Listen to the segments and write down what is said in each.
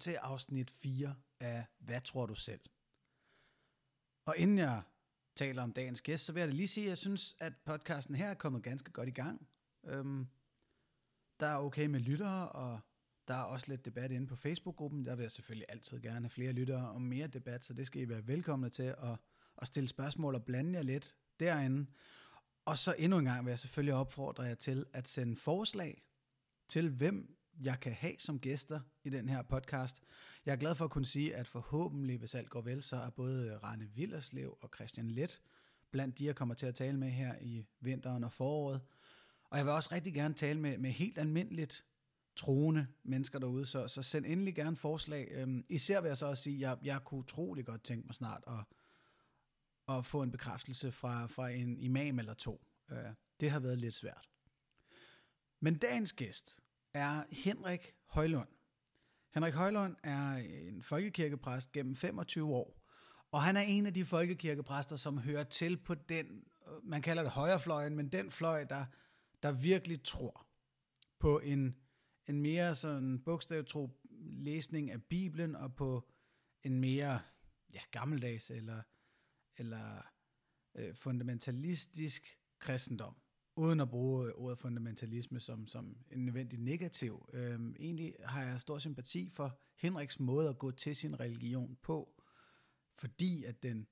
til afsnit 4 af Hvad tror du selv? Og inden jeg taler om dagens gæst, så vil jeg lige sige, at jeg synes, at podcasten her er kommet ganske godt i gang. Der er okay med lyttere, og der er også lidt debat inde på Facebook-gruppen. Der vil jeg selvfølgelig altid gerne have flere lyttere og mere debat, så det skal I være velkomne til at stille spørgsmål og blande jer lidt derinde. Og så endnu en gang vil jeg selvfølgelig opfordre jer til at sende forslag til, hvem jeg kan have som gæster i den her podcast. Jeg er glad for at kunne sige, at forhåbentlig, hvis alt går vel, så er både Rane Willerslev og Christian Leth blandt de, jeg kommer til at tale med her i vinteren og foråret. Og jeg vil også rigtig gerne tale med helt almindeligt troende mennesker derude, så send endelig gerne forslag. Især vil jeg så også sige, at jeg kunne utrolig godt tænke mig snart at få en bekræftelse fra en imam eller to. Det har været lidt svært. Men dagens gæst er Henrik Højlund. Henrik Højlund er en folkekirkepræst gennem 25 år, og han er en af de folkekirkepræster, som hører til på den, man kalder det højrefløjen, men den fløj, der virkelig tror på en mere sådan bogstavtro læsning af Bibelen, og på en mere gammeldags eller fundamentalistisk kristendom, uden at bruge ordet fundamentalisme som en nødvendig negativ. Egentlig har jeg stor sympati for Henriks måde at gå til sin religion på, fordi at den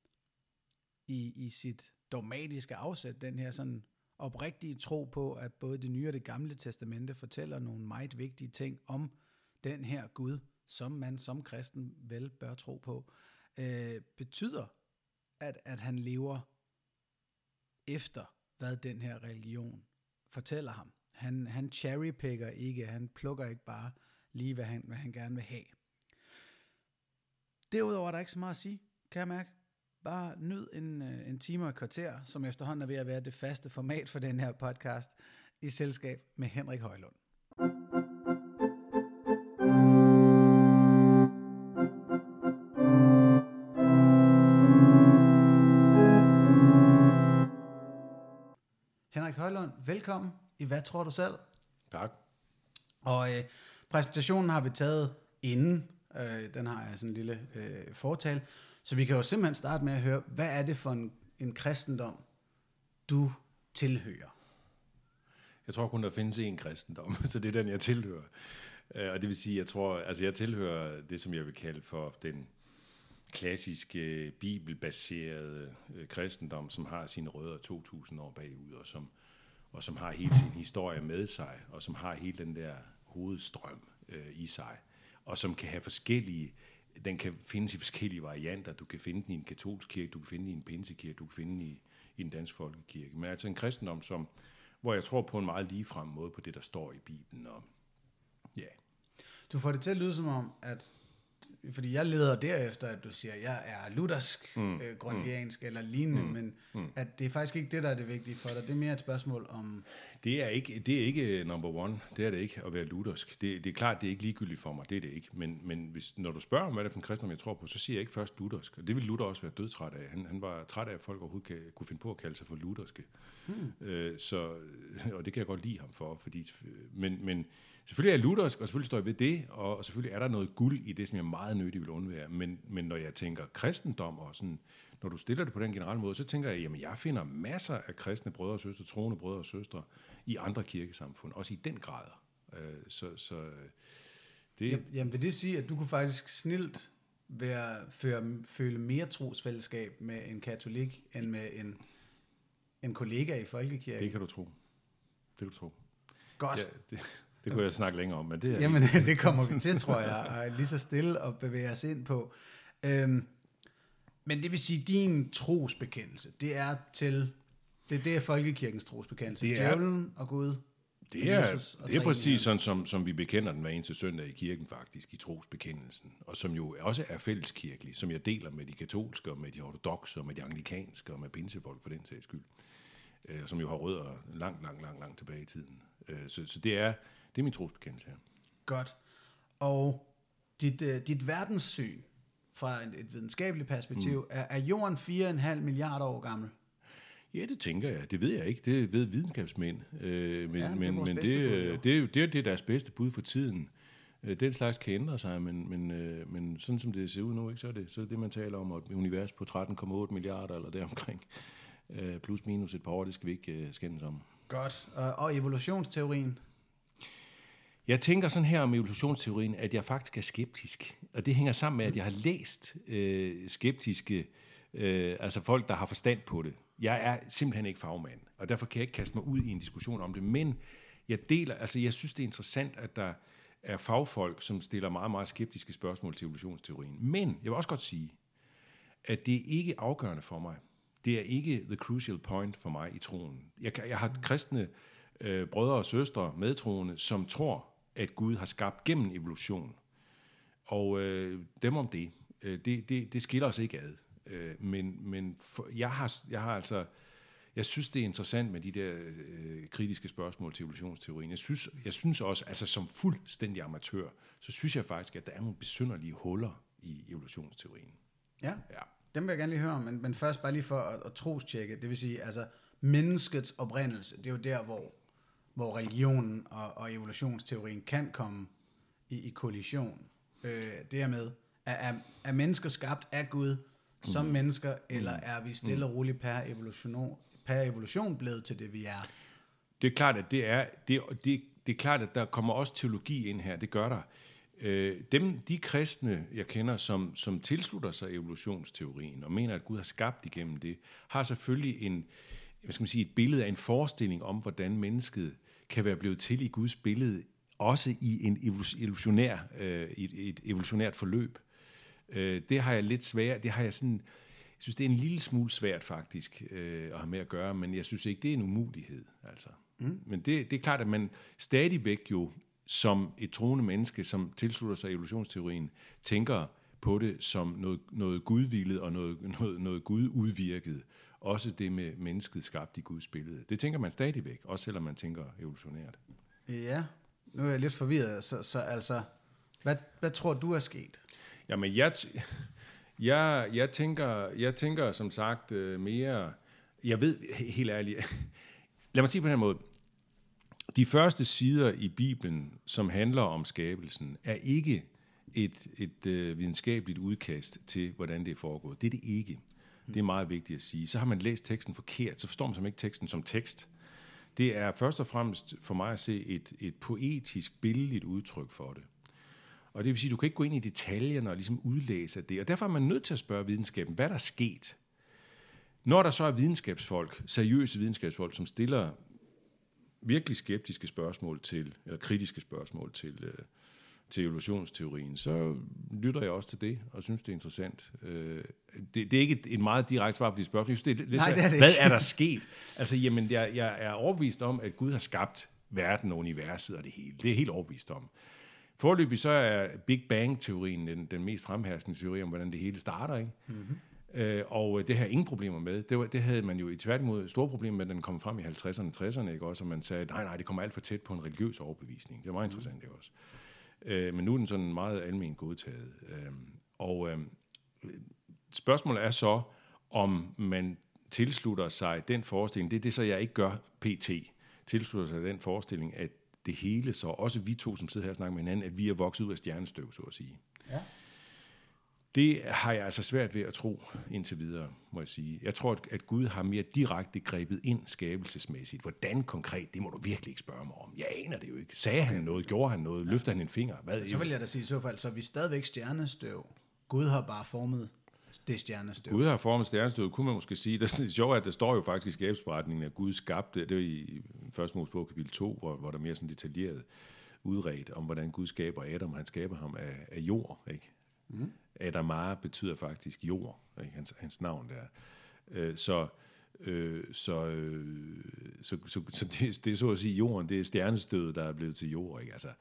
i sit dogmatiske afsæt, den her sådan oprigtige tro på, at både det nye og det gamle testamente fortæller nogle meget vigtige ting om den her Gud, som man som kristen vel bør tro på, betyder, at han lever efter, hvad den her religion fortæller ham. Han cherrypicker ikke, han plukker ikke bare lige, hvad han gerne vil have. Derudover er der ikke så meget at sige, kan jeg mærke. Bare nyd en time og et kvarter, som efterhånden er ved at være det faste format for den her podcast, i selskab med Henrik Højlund. Henrik Højlund, velkommen i Hvad tror du selv? Tak. Og præsentationen har vi taget inden. Den har jeg sådan en lille fortale. Så vi kan jo simpelthen starte med at høre, hvad er det for en kristendom, du tilhører? Jeg tror kun, der findes én kristendom, så det er den, jeg tilhører. Og det vil sige, jeg tilhører det, som jeg vil kalde for den klassiske, bibelbaserede kristendom, som har sine rødder 2000 år bagud, og som har hele sin historie med sig, og som har hele den der hovedstrøm i sig, og som kan have den kan findes i forskellige varianter. Du kan finde den i en katolsk kirke, du kan finde den i en pinsekirke, du kan finde den i en dansk folkekirke. Men altså en kristendom, hvor jeg tror på en meget ligefrem måde på det, der står i Bibelen. Og, ja. Du får det til at lyde som om, at fordi jeg leder derefter, at du siger, at jeg er luthersk, grundviansk eller lignende, men at det er faktisk ikke det, der er det vigtige for dig. Det er mere et spørgsmål om... Det er ikke number one. Det er det ikke at være luthersk. Det er klart, det er ikke ligegyldigt for mig. Det er det ikke. Men når du spørger om, hvad det er for en kristendom, jeg tror på, så siger jeg ikke først luthersk. Og det vil Luther også være dødtræt af. Han var træt af, at folk overhovedet kunne finde på at kalde sig for lutherske. Og det kan jeg godt lide ham for. Men selvfølgelig er jeg luthersk, og selvfølgelig står jeg ved det, og selvfølgelig er der noget guld i det, som jeg meget nødig vil undvære. Men når jeg tænker kristendom, og sådan, når du stiller det på den generelle måde, så tænker jeg, jamen jeg finder masser af kristne brødre og søstre, troende brødre og søstre, i andre kirkesamfund, også i den grad. Jamen vil det sige, at du kunne faktisk snilt føle mere trosfællesskab med en katolik, end med en kollega i folkekirken? Det kan du tro. Godt. Ja, det kunne jeg snakke længere om, men det er... Jamen, det kommer vi til, tror jeg, lige så stille og bevæge os ind på. Men det vil sige, din trosbekendelse, det er folkekirkens trosbekendelse. Djævlen og Gud. Det er præcis sådan, som vi bekender den hver eneste søndag i kirken faktisk, i trosbekendelsen, og som jo også er fælleskirkelig, som jeg deler med de katolske, og med de ortodokse, og med de anglikanske, og med pinsefolk for den sags skyld, som jo har rødder langt tilbage i tiden. Så det er min trosbekendelse her. Godt. Og dit verdenssyn fra et videnskabeligt perspektiv, er jorden 4,5 milliarder år gammel? Ja, det tænker jeg. Det ved jeg ikke. Det ved videnskabsmænd. Men det er deres bedste bud for tiden. Den slags kan ændre sig, men sådan som det ser ud nu, ikke, så er det, man taler om, et univers på 13,8 milliarder eller deromkring. Plus minus et par år, det skal vi ikke skændes om. Godt. Og evolutionsteorien? Jeg tænker sådan her om evolutionsteorien, at jeg faktisk er skeptisk. Og det hænger sammen med, at jeg har læst skeptiske, altså folk, der har forstand på det. Jeg er simpelthen ikke fagmand, og derfor kan jeg ikke kaste mig ud i en diskussion om det. Men jeg synes, det er interessant, at der er fagfolk, som stiller meget, meget skeptiske spørgsmål til evolutionsteorien. Men jeg vil også godt sige, at det er ikke afgørende for mig. Det er ikke the crucial point for mig i troen. Jeg har kristne brødre og søstre, medtroende, som tror, at Gud har skabt gennem evolution. Og dem om det. Det skiller os ikke ad. Men jeg synes, det er interessant med de der kritiske spørgsmål til evolutionsteorien. Jeg synes også, altså som fuldstændig amatør, så synes jeg faktisk, at der er nogle besynderlige huller i evolutionsteorien. Ja. Dem vil jeg gerne lige høre om, men først bare lige for at trostjekke, det vil sige, altså menneskets oprindelse, det er jo der, hvor religionen og evolutionsteorien kan komme i kollision. Det er med, er mennesker skabt af Gud som mennesker, eller er vi stille og roligt per evolution blevet til det, vi er? Det er klart, at det er klart, at der kommer også teologi ind her, det gør der. De kristne, jeg kender, som tilslutter sig evolutionsteorien og mener, at Gud har skabt igennem det, har selvfølgelig et billede af en forestilling om, hvordan mennesket kan være blevet til i Guds billede, også i et evolutionært forløb. Det har jeg lidt svært. Jeg synes, det er en lille smule svært faktisk at have med at gøre, men jeg synes ikke, det er en umulighed. Altså. Men det er klart, at man stadigvæk jo som et troende menneske, som tilslutter sig evolutionsteorien, tænker på det som noget gudvillet og noget Gud udvirket. Også det med mennesket skabt i Guds billede. Det tænker man stadigvæk, også selvom man tænker evolutionært. Ja, nu er jeg lidt forvirret. Så altså, hvad tror du er sket? Jamen, jeg tænker som sagt mere. Jeg ved helt ærligt. Lad mig sige på den her måde. De første sider i Bibelen, som handler om skabelsen, er ikke et videnskabeligt udkast til, hvordan det er foregået. Det er det ikke. Det er meget vigtigt at sige. Så har man læst teksten forkert, så forstår man simpelthen ikke teksten som tekst. Det er først og fremmest for mig at se et poetisk, billedligt udtryk for det. Og det vil sige, at du kan ikke gå ind i detaljerne og ligesom udlæse det. Og derfor er man nødt til at spørge videnskaben, hvad der er sket. Når der så er videnskabsfolk, seriøse videnskabsfolk, som stiller virkelig skeptiske spørgsmål eller kritiske spørgsmål til evolutionsteorien, så lytter jeg også til det, og synes, det er interessant. Det er ikke et meget direkte svar på de spørgsmål. Jeg synes, det er hvad er der sket? Altså, jamen, jeg er overbevist om, at Gud har skabt verden og universet og det hele. Det er helt overbevist om. Foreløbig så er Big Bang-teorien den mest fremherskende teori om, hvordan det hele starter, ikke? Mm-hmm. Og det har ingen problemer med. Det havde man jo i tværtimod store problemer med, da den kom frem i 50'erne og 60'erne, ikke også? Og man sagde, nej, det kommer alt for tæt på en religiøs overbevisning. Det var meget interessant, det også. Men nu er den sådan meget almen godtaget. Spørgsmålet er så, om man tilslutter sig den forestilling, det er det så, jeg ikke gør pt. Tilslutter sig den forestilling, at det hele så, også vi to, som sidder her og snakker med hinanden, at vi er vokset ud af stjernestøv, så at sige. Ja. Det har jeg altså svært ved at tro indtil videre, må jeg sige. Jeg tror, at Gud har mere direkte grebet ind skabelsesmæssigt. Hvordan konkret, det må du virkelig ikke spørge mig om. Jeg aner det jo ikke. Sagde han noget? Gjorde han noget? Løftede han en finger? Så vil jeg da sige i så fald, så er vi stadigvæk stjernestøv. Gud har bare formet det stjernestøv. Gud har formet stjernestøv, kunne man måske sige. Det er sjovt, at der står jo faktisk i skabelsesberetningen, at Gud skabte, det var i 1. Mosebog kapitel 2, hvor der er mere sådan detaljeret udredt om, hvordan Gud skaber Adam, og han skaber ham af jord, ikke? Mm. Adamah betyder faktisk jord, ikke? Hans navn der. Så det er så at sige jorden, det er stjernestøvet, der er blevet til jord, ikke? Altså,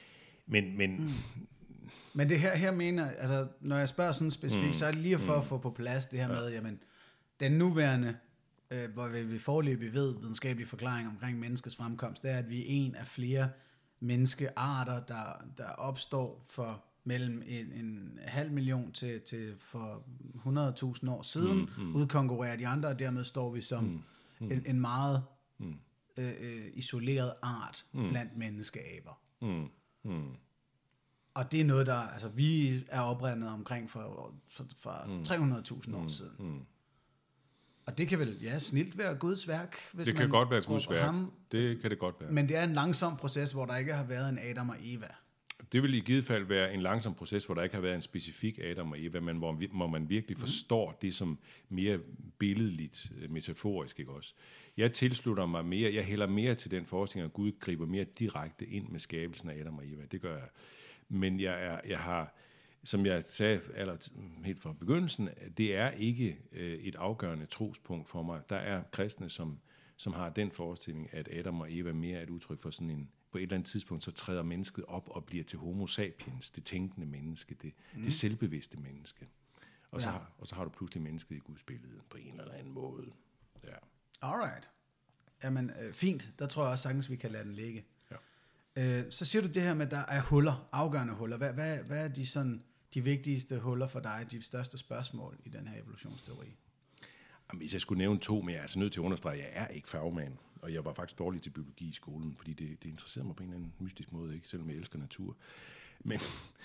Men det her mener, altså når jeg spørger sådan specifikt, så er det lige for at få på plads det her med, jamen den nuværende, hvor vi foreløbig ved videnskabelig forklaring omkring menneskets fremkomst, det er, at vi er en af flere menneskearter, der opstår for mellem en halv million til for 100.000 år siden, udkonkurrerer de andre, og dermed står vi som en meget isoleret art blandt menneskeaber. Og det er noget, der, altså vi er oprindet omkring for 300.000 år siden. Og det kan vel, snilt være Guds værk, hvis det kan man godt være tror Guds på værk. ham. Det kan det godt være. Men det er en langsom proces, hvor der ikke har været en Adam og Eva. Det vil i givet fald være en langsom proces, hvor der ikke har været en specifik Adam og Eva, men hvor man virkelig forstår det som mere billedligt, metaforisk, ikke også? Jeg tilslutter mig mere, jeg hælder mere til den forestilling, at Gud griber mere direkte ind med skabelsen af Adam og Eva. Det gør jeg. Men jeg har, som jeg sagde helt fra begyndelsen, det er ikke et afgørende trospunkt for mig. Der er kristne, som har den forestilling, at Adam og Eva mere er et udtryk for sådan en, på et eller andet tidspunkt, så træder mennesket op og bliver til homo sapiens, det tænkende menneske, det selvbevidste menneske. Og så har du pludselig mennesket i Guds billede på en eller anden måde. Ja. Alright. Jamen, fint. Der tror jeg også sagtens, vi kan lade den ligge. Ja. Så siger du det her med, at der er huller, afgørende huller. Hvad er de vigtigste huller for dig, de største spørgsmål i den her evolutionsteori? Jamen, hvis jeg skulle nævne 2, men jeg er altså nødt til at understrege, at jeg er ikke fagmand, og jeg var faktisk dårlig til biologi i skolen, fordi det interesserede mig på en eller anden mystisk måde, ikke, selvom jeg elsker natur. Men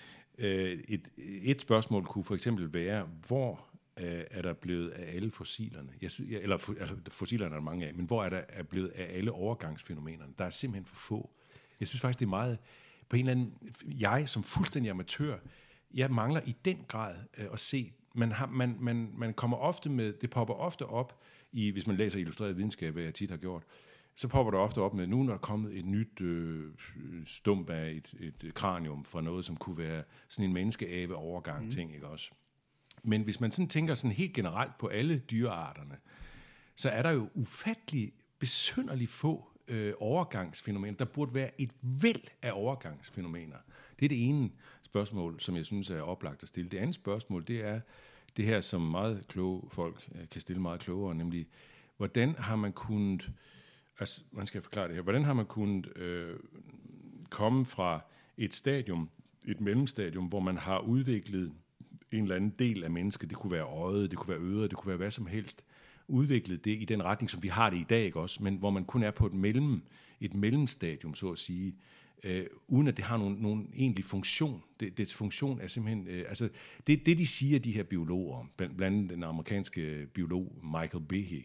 et spørgsmål kunne for eksempel være, hvor er der blevet af alle fossilerne? Fossilerne er der mange af, men hvor er der blevet af alle overgangsfænomenerne? Der er simpelthen for få. Jeg synes faktisk, det er meget, på en eller anden, jeg som fuldstændig amatør, jeg mangler i den grad at se. Man kommer ofte med, det popper ofte op, hvis man læser illustreret videnskab, hvad jeg tit har gjort, så popper det ofte op med, nu når der er kommet et nyt stump af et kranium fra noget, som kunne være sådan en menneskeabe-overgang ting, ikke også? Men hvis man sådan tænker sådan helt generelt på alle dyrearterne, så er der jo ufattelig besynderligt få overgangsfænomener. Der burde være et væld af overgangsfænomener. Det er det ene spørgsmål, som jeg synes er oplagt at stille. Det andet spørgsmål, det er det her, som meget kloge folk kan stille meget klogere, nemlig, hvordan har man kunnet, altså, man skal forklare det her, hvordan har man kunnet komme fra et stadium, et mellemstadium, hvor man har udviklet en eller anden del af mennesket, det kunne være øjet, det kunne være øret, det kunne være hvad som helst, udviklet det i den retning, som vi har det i dag, ikke også? Men hvor man kun er på et mellemstadium, så at sige, uden at det har nogen egentlig funktion. Dets funktion er simpelthen, altså det de siger, de her biologer, blandt andet den amerikanske biolog Michael Behe,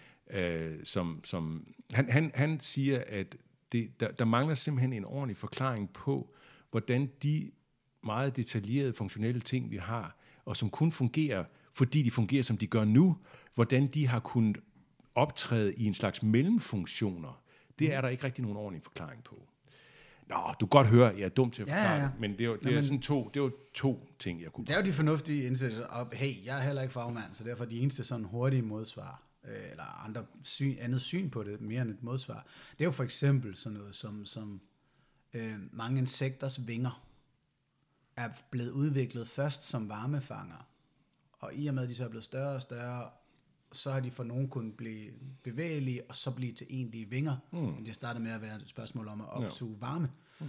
han siger, at der mangler simpelthen en ordentlig forklaring på, hvordan de meget detaljerede funktionelle ting, vi har, og som kun fungerer, fordi de fungerer, som de gør nu, hvordan de har kunnet optræde i en slags mellemfunktioner. Det er der ikke rigtig nogen ordentlig forklaring på. Nå, du kan godt høre, jeg er dum til at forklare det, men det er jo to ting, jeg kunne. Det er jo de fornuftige indsættelser, og hey, jeg er heller ikke fagmand, så derfor de eneste sådan hurtige modsvar, eller andet syn på det, mere end et modsvar, det er jo for eksempel sådan noget som mange insekters vinger er blevet udviklet først som varmefanger, og i og med, at de så er blevet større og større, så har de for nogen kunnet blive bevægelige, og så blive til egentlige vinger. Men det startede med at være et spørgsmål om at opsuge varme.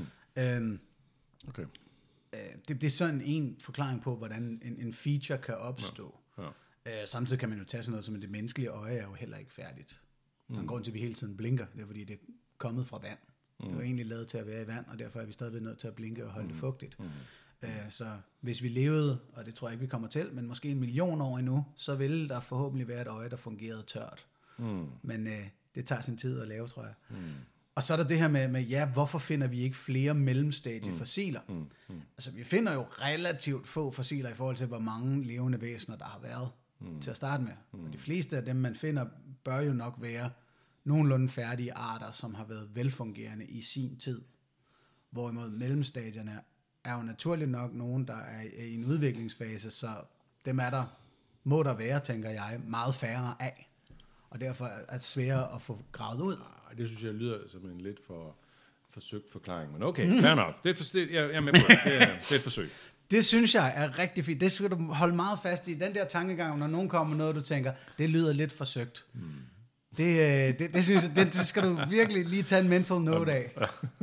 Okay. Det er sådan en forklaring på, hvordan en feature kan opstå. Ja. Samtidig kan man jo tage sådan noget som, at det menneskelige øje er jo heller ikke færdigt. En grund til, at vi hele tiden blinker, det er fordi, det er kommet fra vand. Det er jo egentlig lavet til at være i vand, og derfor er vi stadigvæk nødt til at blinke og holde det fugtigt. Så hvis vi levede, og det tror jeg ikke, vi kommer til, men måske 1 million år endnu, så ville der forhåbentlig være et øje, der fungerede tørt. Men det tager sin tid at lave, tror jeg. Og så er der det her med, hvorfor finder vi ikke flere mellemstadie fossiler? Altså, vi finder jo relativt få fossiler i forhold til, hvor mange levende væsener, der har været til at starte med. Og de fleste af dem, man finder, bør jo nok være nogenlunde færdige arter, som har været velfungerende i sin tid. Hvorimod mellemstadierne er jo naturligt nok nogen, der er i en udviklingsfase, så dem må der være, tænker jeg, meget færre af. Og derfor er det sværere at få gravet ud. Det synes jeg lyder som en lidt for forsøgt forklaring, men okay, fair nok. Jeg er med på det. Det er et forsøg. Det synes jeg er rigtig fint. Det skal du holde meget fast i. Den der tankegang, når nogen kommer med noget, du tænker, det lyder lidt forsøgt. Det synes jeg, det skal du virkelig lige tage en mental note af.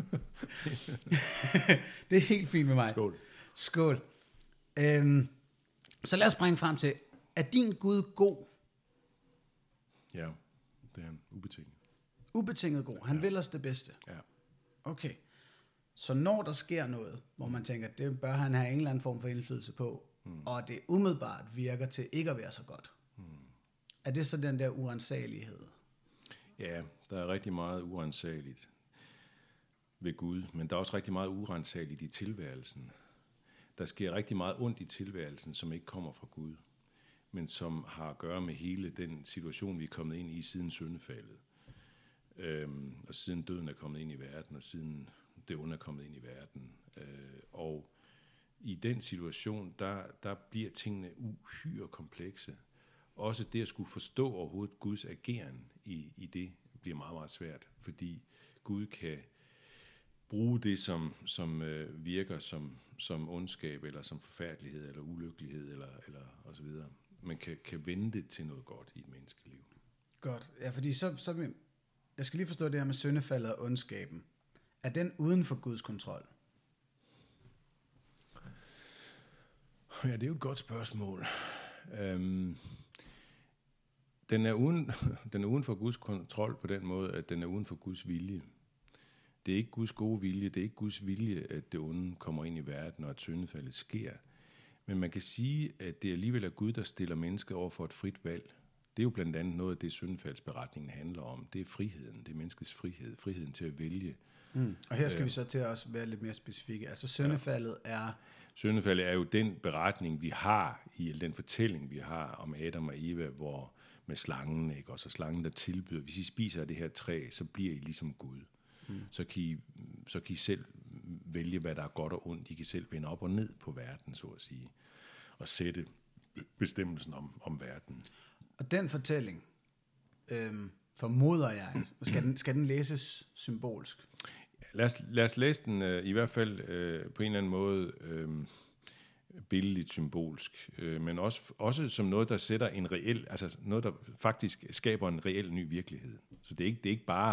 Det er helt fint med mig. Skål. Så lad os springe frem til, er din Gud god? Ja, det er han ubetinget. Ubetinget god. Han vil os det bedste. Ja. Okay. Så når der sker noget, hvor man tænker, at det bør han have en eller anden form for indflydelse på, og det umiddelbart virker til ikke at være så godt, er det så den der urensagelighed? Ja, der er rigtig meget urensageligt ved Gud, men der er også rigtig meget urensageligt i tilværelsen. Der sker rigtig meget ondt i tilværelsen, som ikke kommer fra Gud, men som har at gøre med hele den situation, vi er kommet ind i siden syndefaldet. Og siden døden er kommet ind i verden, og siden det onde er kommet ind i verden. Og i den situation, der bliver tingene uhyre komplekse. Også det at skulle forstå overhovedet Guds ageren i det, bliver meget, meget svært, fordi Gud kan bruge det, som virker som ondskab, eller som forfærdelighed, eller ulykkelighed, eller og så videre. Man kan vende det til noget godt i et menneskeliv. Godt. Ja, fordi jeg skal lige forstå det her med syndefaldet og ondskaben. Er den uden for Guds kontrol? Ja, det er jo et godt spørgsmål. Den er uden for Guds kontrol på den måde, at den er uden for Guds vilje. Det er ikke Guds gode vilje, det er ikke Guds vilje, at det onde kommer ind i verden, og at syndefaldet sker. Men man kan sige, at det alligevel er Gud, der stiller mennesket over for et frit valg. Det er jo blandt andet noget af det, syndefaldsberetningen handler om. Det er friheden, det er menneskets frihed, friheden til at vælge. Og her skal vi så til at også være lidt mere specifikke. Altså syndefaldet er... Syndefaldet er jo den beretning, vi har, eller den fortælling, vi har om Adam og Eva, hvor med slangen, ikke? Og så slangen, der tilbyder, hvis I spiser af det her træ, så bliver I ligesom Gud. Så kan I selv vælge, hvad der er godt og ondt. I kan selv vende op og ned på verden, så at sige, og sætte bestemmelsen om verden. Og den fortælling, formoder jeg, skal den læses symbolsk? Lad os læse den i hvert fald på en eller anden måde billedligt symbolsk, men også som noget, der sætter en reel, altså noget, der faktisk skaber en reel ny virkelighed. Så det er ikke bare...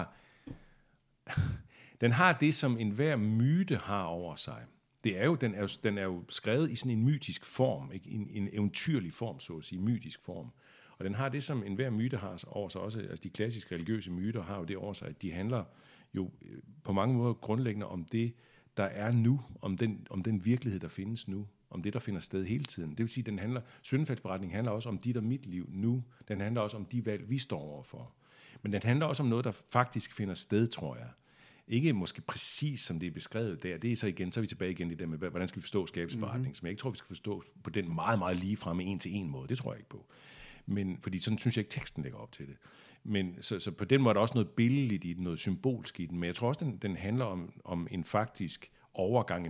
Den har det, som enhver myte har over sig. Den er jo skrevet i sådan en mytisk form, ikke? En eventyrlig form, så at sige, mytisk form. Og den har det, som enhver myte har over sig også. Altså de klassiske religiøse myter har jo det over sig, at de handler jo på mange måder grundlæggende om det, der er nu, om den virkelighed, der findes nu, om det, der finder sted hele tiden. Det vil sige, syndefaldsberetningen handler også om dit og mit liv nu. Den handler også om de valg, vi står overfor. Men den handler også om noget, der faktisk finder sted, tror jeg. Ikke måske præcis, som det er beskrevet der. Det er så er vi tilbage igen i det med, hvordan skal vi forstå skabelsesberetningen, som jeg ikke tror, vi skal forstå på den meget, meget ligefremme en-til-en måde. Det tror jeg ikke på. Men, fordi sådan synes jeg ikke, teksten lægger op til det. Men så på den måde er der også noget billedligt i den, noget symbolsk i den. Men jeg tror også, den handler om en faktisk overgang,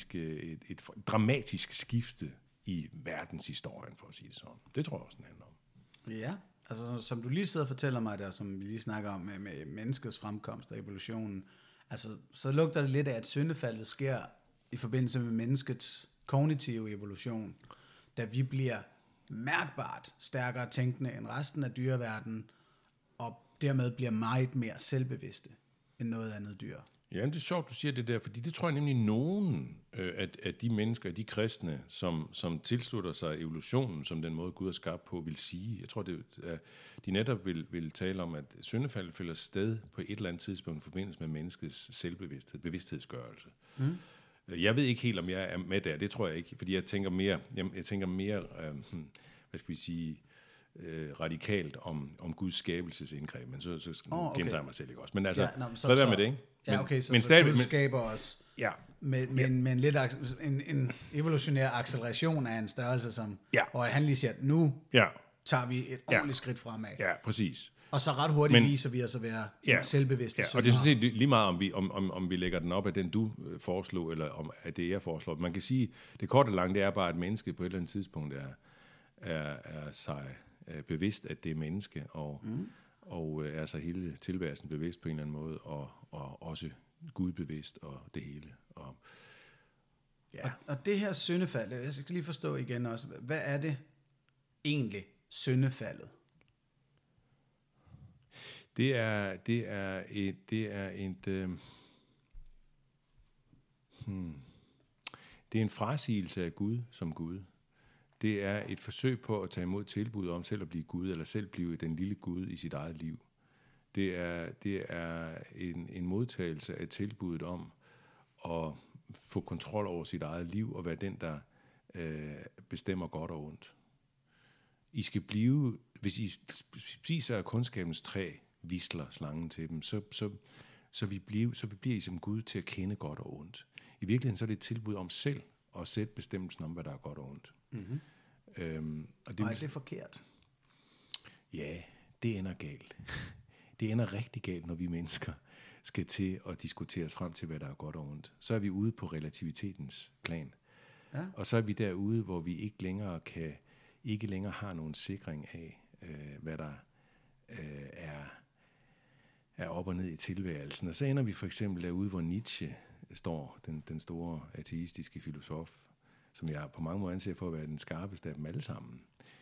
et dramatisk skifte i verdenshistorien, for at sige det sådan. Det tror jeg også, den handler om. Ja, altså som du lige sidder og fortæller mig der, som vi lige snakker om med menneskets fremkomst og evolutionen, altså så lugter det lidt af, at syndefaldet sker i forbindelse med menneskets kognitive evolution, da vi bliver mærkbart stærkere tænkende end resten af dyreverdenen, og dermed bliver meget mere selvbevidste end noget andet dyr. Ja, det er sjovt, du siger det der, fordi det tror jeg nemlig nogen af de mennesker, de kristne, som tilslutter sig evolutionen, som den måde Gud har skabt på, vil sige. Jeg tror, de netop vil tale om, at syndefaldet finder sted på et eller andet tidspunkt i forbindelse med menneskets selvbevidsthed, bevidsthedsgørelse. Jeg ved ikke helt, om jeg er med der, det tror jeg ikke, fordi jeg tænker mere hvad skal vi sige, radikalt om Guds skabelsesindgreb, men så okay. Gentager jeg mig selv ikke også. Men altså, hvad er med det, ikke? Ja, okay, så Gud skaber os med en lidt en evolutionær acceleration af en størrelse, som, hvor han lige siger, at nu tager vi et ordentligt skridt fremad. Ja, præcis. Og så ret hurtigt viser vi os at være selvbevidste. Ja, og det er sådan set lige meget, om vi lægger den op af den, du foreslog, eller om af det, jeg foreslår. Man kan sige, det korte og lange, det er bare, at mennesket på et eller andet tidspunkt er sig bevidst, at det er menneske, og er så hele tilværelsen bevidst på en eller anden måde, og også Gud bevidst, og det hele. Og det her syndefald, jeg skal lige forstå igen også, hvad er det egentlig, syndefaldet? Det er en frasigelse af Gud som Gud. Det er et forsøg på at tage imod tilbud om selv at blive Gud, eller selv blive den lille Gud i sit eget liv. Det er en modtagelse af tilbuddet om at få kontrol over sit eget liv, og være den, der bestemmer godt og ondt. I skal blive, hvis I spiser af kundskabens træ, visler slangen til dem, så vi bliver I som Gud til at kende godt og ondt. I virkeligheden så er det et tilbud om selv at sætte bestemmelsen om, hvad der er godt og ondt. Mm-hmm. Og det er forkert? Ja, det ender galt. Det ender rigtig galt, når vi mennesker skal til at diskutere os frem til, hvad der er godt og ondt. Så er vi ude på relativitetens plan. Ja. Og så er vi derude, hvor vi ikke længere har nogen sikring af, hvad der er op og ned i tilværelsen. Og så ender vi for eksempel derude, hvor Nietzsche står, den store ateistiske filosof, som jeg på mange måder anser for at være den skarpeste af dem alle sammen,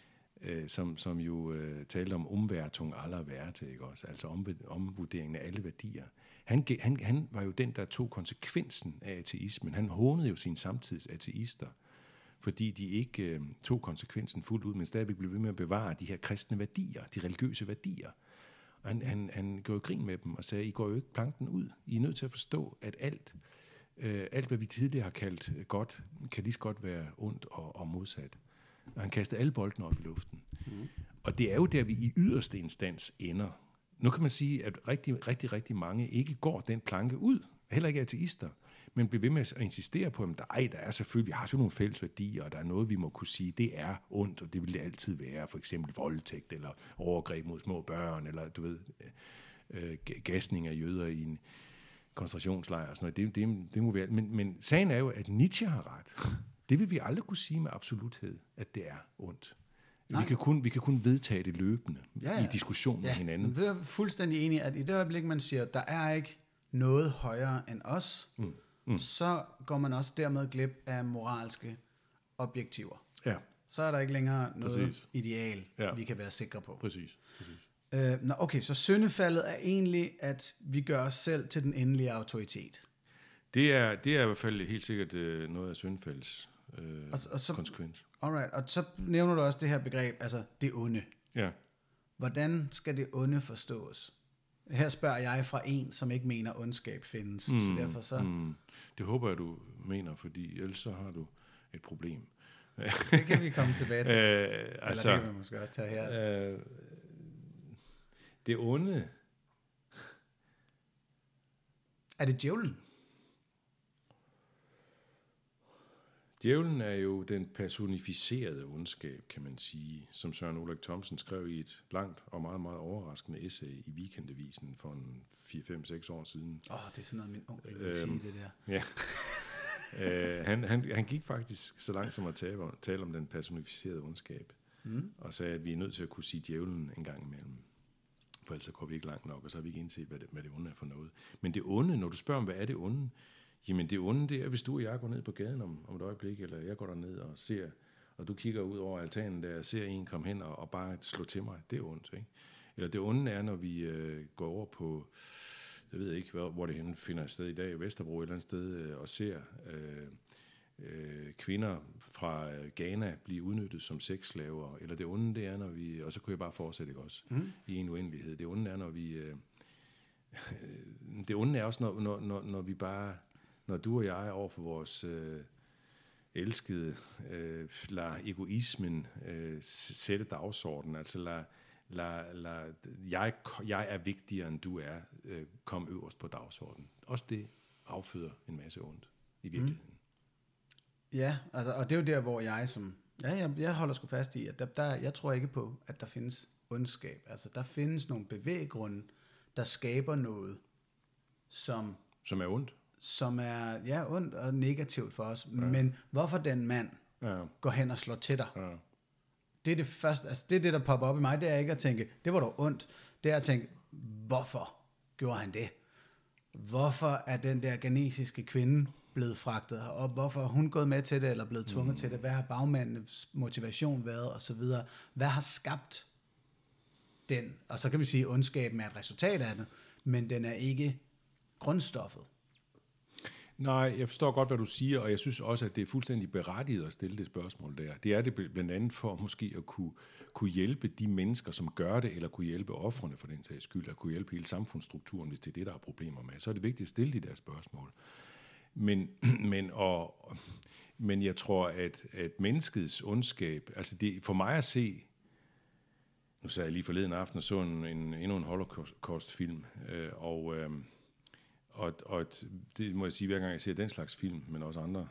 som jo talte om Umwertung aller Werte, ikke også? Altså omvurderingen af alle værdier. Han var jo den, der tog konsekvensen af ateismen. Han hånede jo sine samtids ateister, fordi de ikke tog konsekvensen fuldt ud, men stadigvæk blev ved med at bevare de her kristne værdier, de religiøse værdier. Og han gjorde grin med dem og sagde, I går jo ikke planken ud. I er nødt til at forstå, at alt hvad vi tidligere har kaldt godt, kan lige så godt være ondt og modsat. Og han kastede alle boldene op i luften. Mm. Og det er jo der, vi i yderste instans ender. Nu kan man sige, at rigtig mange ikke går den planke ud, heller ikke ateister, men bliver ved med at insistere på, at der er selvfølgelig, vi har sådan nogle fælles værdier, og der er noget, vi må kunne sige, det er ondt, og det vil det altid være, for eksempel voldtægt, eller overgreb mod små børn, eller du ved, gasning af jøder i en koncentrationslejr og sådan noget. Det må være. Men sagen er jo, at Nietzsche har ret. Det vil vi aldrig kunne sige med absoluthed, at det er ondt. Vi kan kun vedtage det løbende i diskussion med hinanden. Jeg er fuldstændig enig, at i det øjeblik, man siger, at der er ikke noget højere end os, så går man også dermed glip af moralske objektiver. Ja. Så er der ikke længere noget ideal, vi kan være sikre på. Præcis. Okay, så syndefaldet er egentlig, at vi gør os selv til den endelige autoritet. Det er i hvert fald helt sikkert noget af syndfaldets konsekvens. Alright, og så nævner du også det her begreb, altså det onde. Ja. Hvordan skal det onde forstås? Her spørger jeg fra en, som ikke mener, ondskab findes. Så derfor så... Det håber jeg, du mener, fordi ellers så har du et problem. Det kan vi komme tilbage til. Eller det kan vi måske også tage her. Det onde... Er det djævlen? Djævlen er jo den personificerede ondskab, kan man sige, som Søren Ulrik Thomsen skrev i et langt og meget, meget overraskende essay i Weekendavisen for 4-5-6 år siden. Det er sådan noget, min onkel vil sige, det der. Ja. Han gik faktisk så langt som at tale om den personificerede ondskab, og sagde, at vi er nødt til at kunne sige djævlen en gang imellem. For ellers går vi ikke langt nok, og så har vi ikke indset, hvad det onde er for noget. Men det onde, når du spørger om, hvad er det onde? Jamen det onde, det er, hvis du og jeg går ned på gaden om et øjeblik, eller jeg går derned og ser, og du kigger ud over altanen der og ser en komme hen og bare slå til mig. Det er ondt, ikke? Eller det onde er, når vi går over på, jeg ved ikke, hvor det hen finder sted i dag, i Vesterbro et eller andet sted, og ser kvinder fra Ghana blive udnyttet som sexslaver. Eller det onde, det er, når vi, og så kunne jeg bare fortsætte, ikke også, i en uendelighed. Det onde er, når vi, det onde er også, når vi bare, når du og jeg over for vores elskede, lader egoismen sætte dagsordenen, altså jeg er vigtigere end du er, kom øverst på dagsordenen. Også det afføder en masse ondt i virkeligheden. Ja, altså, og det er jo der, hvor jeg holder sgu fast i, at jeg tror ikke på, at der findes ondskab. Altså, der findes nogle bevæggrunde, der skaber noget, som er ondt. Som er ondt og negativt for os. Ja. Men hvorfor den mand går hen og slår til dig? Ja. Det er det første, altså det er det, der popper op i mig. Det er ikke at tænke, det var dog ondt. Det er at tænke, hvorfor gjorde han det? Hvorfor er den der ghanesiske kvinde blevet fragtet herop? Hvorfor er hun gået med til det, eller blevet tvunget til det? Hvad har bagmandens motivation været, og så videre? Hvad har skabt den? Og så kan vi sige, at ondskaben er et resultat af det, men den er ikke grundstoffet. Nej, jeg forstår godt, hvad du siger, og jeg synes også, at det er fuldstændig berettiget at stille det spørgsmål der. Det er det blandt andet for måske at kunne hjælpe de mennesker, som gør det, eller kunne hjælpe ofrene for den sags skyld, at kunne hjælpe hele samfundsstrukturen, hvis det er det, der er problemer med. Så er det vigtigt at stille de der spørgsmål. Men jeg tror, at menneskets ondskab, altså det, for mig at se, nu sagde jeg lige forleden aften og så endnu en Holocaust-film, og det må jeg sige, hver gang jeg ser den slags film, men også andre,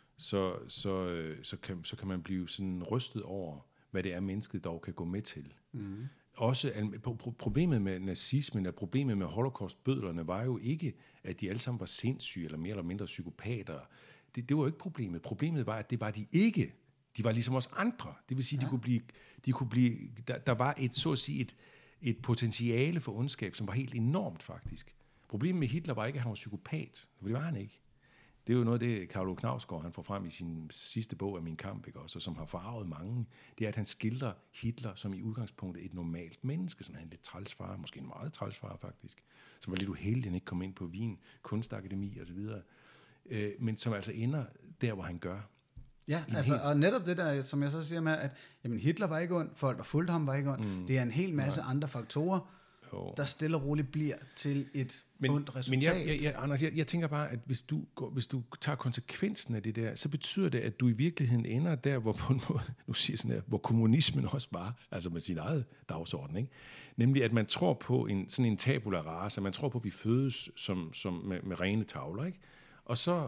så kan man blive sådan rystet over, hvad det er, mennesket dog kan gå med til. Mm. Også problemet med nazismen og problemet med holocaustbødlerne var jo ikke, at de alle sammen var sindssyge eller mere eller mindre psykopater. Det var jo ikke problemet. Problemet var, at det var de ikke. De var ligesom os andre. Det vil sige, de kunne blive der var et potentiale for ondskab, som var helt enormt faktisk. Problemet med Hitler var ikke, at han var psykopat. Det var han ikke. Det er jo noget af det, Carlo Knausgård, han får frem i sin sidste bog af Min Kamp, ikke også, og som har farvet mange. Det er, at han skildrer Hitler som i udgangspunktet et normalt menneske, som er en lidt træls far, måske en meget træls far faktisk, som var lidt uheldig, han ikke kom ind på Wien Kunstakademi og så videre, men som altså ender der, hvor han gør. Ja, altså, og netop det der, som jeg så siger med, at jamen, Hitler var ikke ond, folk, der fulgte ham, var ikke ond. Det er en hel masse andre faktorer, der stille og roligt bliver til et ondt resultat. Men Anders, jeg tænker bare, at hvis du tager konsekvensen af det der, så betyder det, at du i virkeligheden ender der, hvor på en måde, nu siger sådan her, hvor kommunismen også var, altså med sin eget dagsorden, ikke? Nemlig, at man tror på sådan en tabula rasa, man tror på, at vi fødes som med rene tavler, ikke? Og så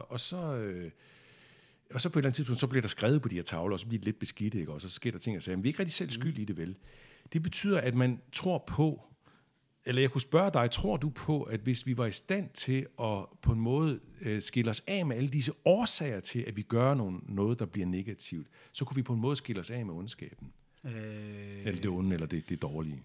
på et eller andet tidspunkt, så bliver der skrevet på de her tavler, og så bliver det lidt beskidte, ikke? Og så sker der ting, og siger, vi er ikke rigtig selv skyld i det, vel? Det betyder, at man tror på, eller jeg kunne spørge dig, tror du på, at hvis vi var i stand til at på en måde skille os af med alle disse årsager til, at vi gør noget, der bliver negativt, så kunne vi på en måde skille os af med ondskaben? Eller det onde, eller det dårlige?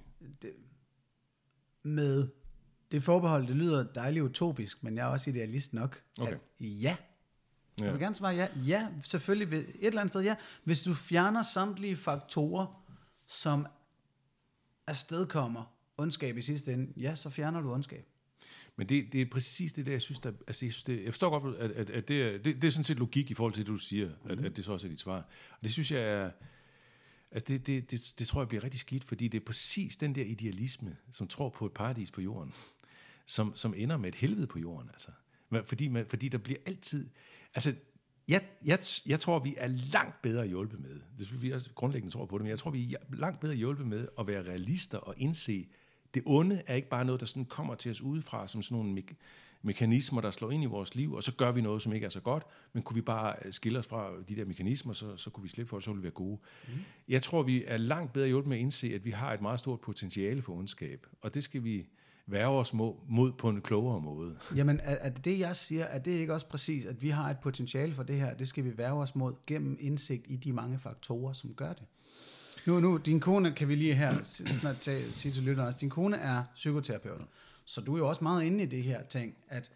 Med det forbehold, det lyder dejligt utopisk, men jeg er også idealist nok, at ja. Jeg vil gerne svare ja. Ja, selvfølgelig. Et eller andet sted, ja. Hvis du fjerner samtlige faktorer, som afstedkommer ondskab i sidste ende, ja, så fjerner du ondskab. Men det er præcis det der, jeg synes, jeg forstår godt, at det er sådan set logik i forhold til det, du siger, at det så også er dit svar. Og det synes jeg er, at det tror jeg bliver rigtig skidt, fordi det er præcis den der idealisme, som tror på et paradis på jorden, som ender med et helvede på jorden, altså. Fordi der bliver altid, altså, jeg tror, vi er langt bedre hjulpet med, det synes vi også grundlæggende tror på det, men jeg tror, vi er langt bedre hjulpet med at være realister og indse, det onde er ikke bare noget, der sådan kommer til os udefra, som sådan nogle mekanismer, der slår ind i vores liv, og så gør vi noget, som ikke er så godt, men kunne vi bare skille os fra de der mekanismer, så kunne vi slippe for det, så ville vi være gode. Jeg tror, vi er langt bedre hjulpet med at indse, at vi har et meget stort potentiale for ondskab, og det skal vi være os mod på en klogere måde. Jamen, er det jeg siger, er det ikke også præcis, at vi har et potentiale for det her, det skal vi være os mod gennem indsigt i de mange faktorer, som gør det. Nu, din kone, kan vi lige her snart sige til lytterne også, din kone er psykoterapeut, så du er jo også meget inde i det her ting, at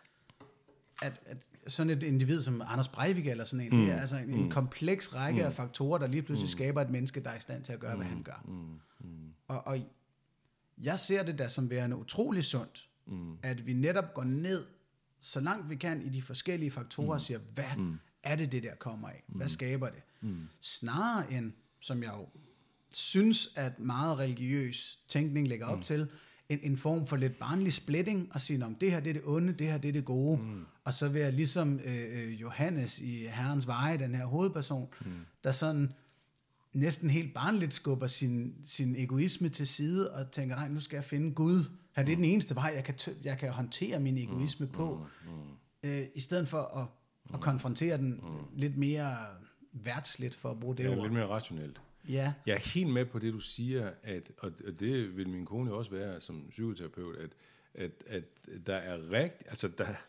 sådan et individ som Anders Breivik eller sådan en, det er altså en kompleks række af faktorer, der lige pludselig skaber et menneske, der er i stand til at gøre, hvad han gør. Og jeg ser det da som værende utrolig sundt, at vi netop går ned, så langt vi kan, i de forskellige faktorer, og siger, hvad er det der kommer af? Hvad skaber det? Snarere end, som jeg jo synes, at meget religiøs tænkning lægger op til, en form for lidt barnlig splitting, og sige, om det her det er det onde, det her det er det gode, og så vil jeg ligesom Johannes i Herrens Veje, den her hovedperson, der sådan næsten helt barnligt skubber sin egoisme til side, og tænker, nej, nu skal jeg finde Gud. Her, det er den eneste vej, jeg kan håndtere min egoisme på, i stedet for at konfrontere den lidt mere værtsligt, for at bruge det ord. Lidt mere rationelt. Ja. Jeg er helt med på det, du siger, og det vil min kone også være som psykoterapeut, at der er rigtigt, altså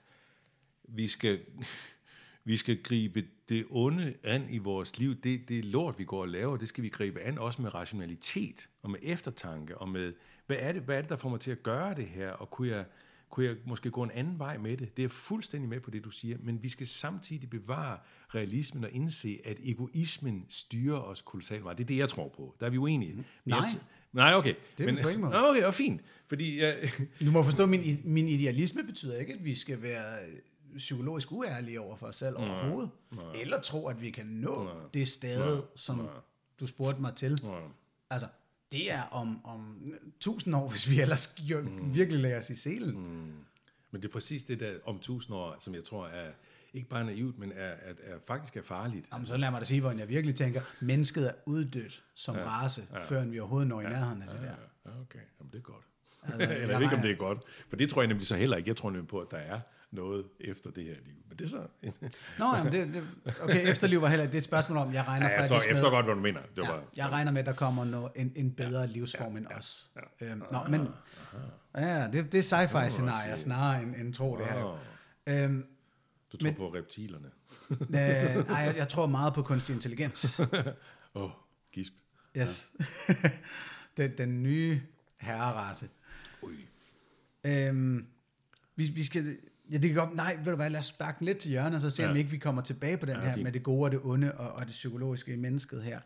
vi skal gribe det onde an i vores liv. Det lort, vi går og laver, det skal vi gribe an også med rationalitet og med eftertanke og med, hvad er det, der får mig til at gøre det her, og kunne jeg måske gå en anden vej med det? Det er fuldstændig med på det, du siger, men vi skal samtidig bevare realismen og indse, at egoismen styrer os kolossalt meget. Det er det, jeg tror på. Der er vi uenige. Nej, okay. Det er på ingen måde. Okay, og fint. Fordi, du må forstå, min idealisme betyder ikke, at vi skal være psykologisk uærlige over for os selv overhovedet. Eller tro, at vi kan nå det sted, som du spurgte mig til. Altså, det er om 1000 år, hvis vi ellers virkelig lader os i selen. Men det er præcis det der om 1000 år, som jeg tror er ikke bare naivt, men er faktisk er farligt. Jamen, så lad mig da sige, hvordan jeg virkelig tænker, mennesket er uddødt som race, før vi overhovedet når i nærheden af det der. Ja, okay. Jamen, det er godt. Altså, Eller jeg ved ikke, om det er godt. For det tror jeg nemlig så heller ikke. Jeg tror nemlig på, at der er noget efter det her liv. Men det er så... Nå, jamen okay, efterliv var heller ikke. Det er et spørgsmål om, jeg regner faktisk med... Jeg forstår godt, hvad du mener. Det var jeg regner med, at der kommer en bedre livsform end os. Nå, men... Ja, det er sci-fi-scenarier snarere end tro, det her. Du tror på reptilerne? Nej, jeg tror meget på kunstig intelligens. Gisp. Yes. den nye herrerace. Vi skal... Ja, det kan godt... Nej, ved du hvad, lad os sparke den lidt til hjørnet, og så se om ikke vi kommer tilbage på den her med det gode og det onde og det psykologiske i mennesket her.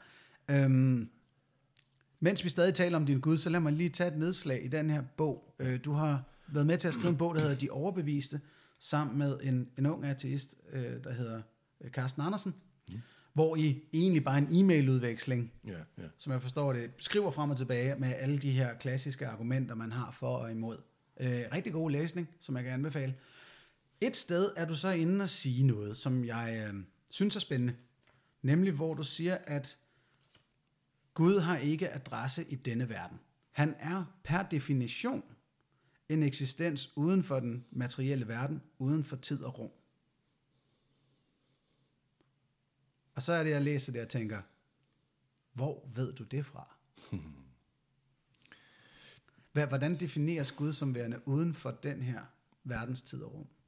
Mens vi stadig taler om din Gud, så lad mig lige tage et nedslag i den her bog. Du har været med til at skrive en bog, der hedder De Overbeviste, sammen med en ung ateist, der hedder Carsten Andersen, hvor I egentlig bare en e-mailudveksling, som jeg forstår det, skriver frem og tilbage med alle de her klassiske argumenter, man har for og imod. Rigtig god læsning, som jeg kan anbefale. Et sted er du så inde og sige noget, som jeg synes er spændende, nemlig hvor du siger, at Gud har ikke adresse i denne verden. Han er per definition en eksistens uden for den materielle verden, uden for tid og rum. Og så er det, jeg læser det og tænker, hvor ved du det fra? Hvordan defineres Gud som værende uden for den her verdens tid og rum?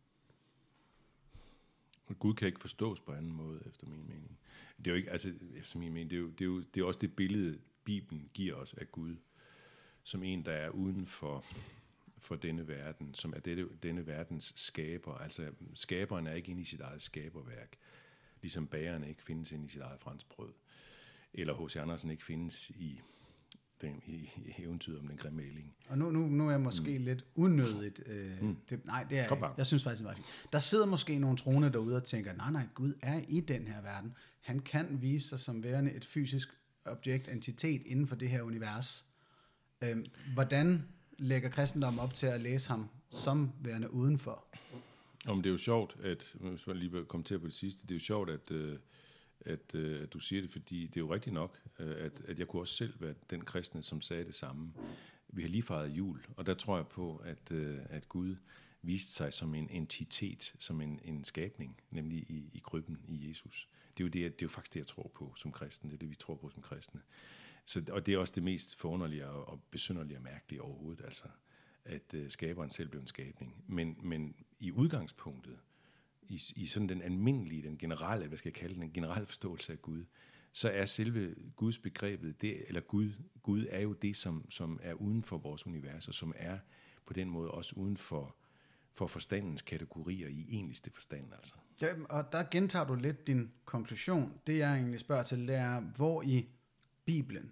Gud kan ikke forstås på anden måde, efter min mening. Det er jo ikke, altså, efter min mening, det er også det billede, Bibelen giver os af Gud, som en, der er uden for denne verden, som er denne verdens skaber. Altså, skaberen er ikke inde i sit eget skaberværk, ligesom bageren ikke findes inde i sit eget franskbrød, eller H.C. Andersen ikke findes i eventyret om den grimme ælling. Og nu er jeg måske lidt unødigt. Det er jeg. Jeg synes faktisk, det var fint. Der sidder måske nogle troende derude og tænker, nej, Gud er i den her verden. Han kan vise sig som værende et fysisk objekt, entitet inden for det her univers. Hvordan lægger kristendommen op til at læse ham som værende udenfor? Det er jo sjovt, hvis man lige kommer til på det sidste, det er jo sjovt, at du siger det, fordi det er jo rigtigt nok, at jeg kunne også selv være den kristne, som sagde det samme. Vi har lige fejret jul, og der tror jeg på, at Gud viste sig som en entitet, som en skabning, nemlig i krybben i Jesus. Det er jo faktisk det, jeg tror på som kristen. Det er det, vi tror på som kristne. Og det er også det mest forunderlige og besynderlige og mærkelige overhovedet, altså, at skaberen selv blev en skabning. Men i udgangspunktet, i sådan den almindelige, den generelle, den generelle forståelse af Gud, så er selve Guds begrebet, Gud er jo det, som er uden for vores univers, og som er på den måde også uden for forstandens kategorier i enligste forstand. Altså. Ja, og der gentager du lidt din konklusion. Det jeg egentlig spørger til, det er, hvor i Bibelen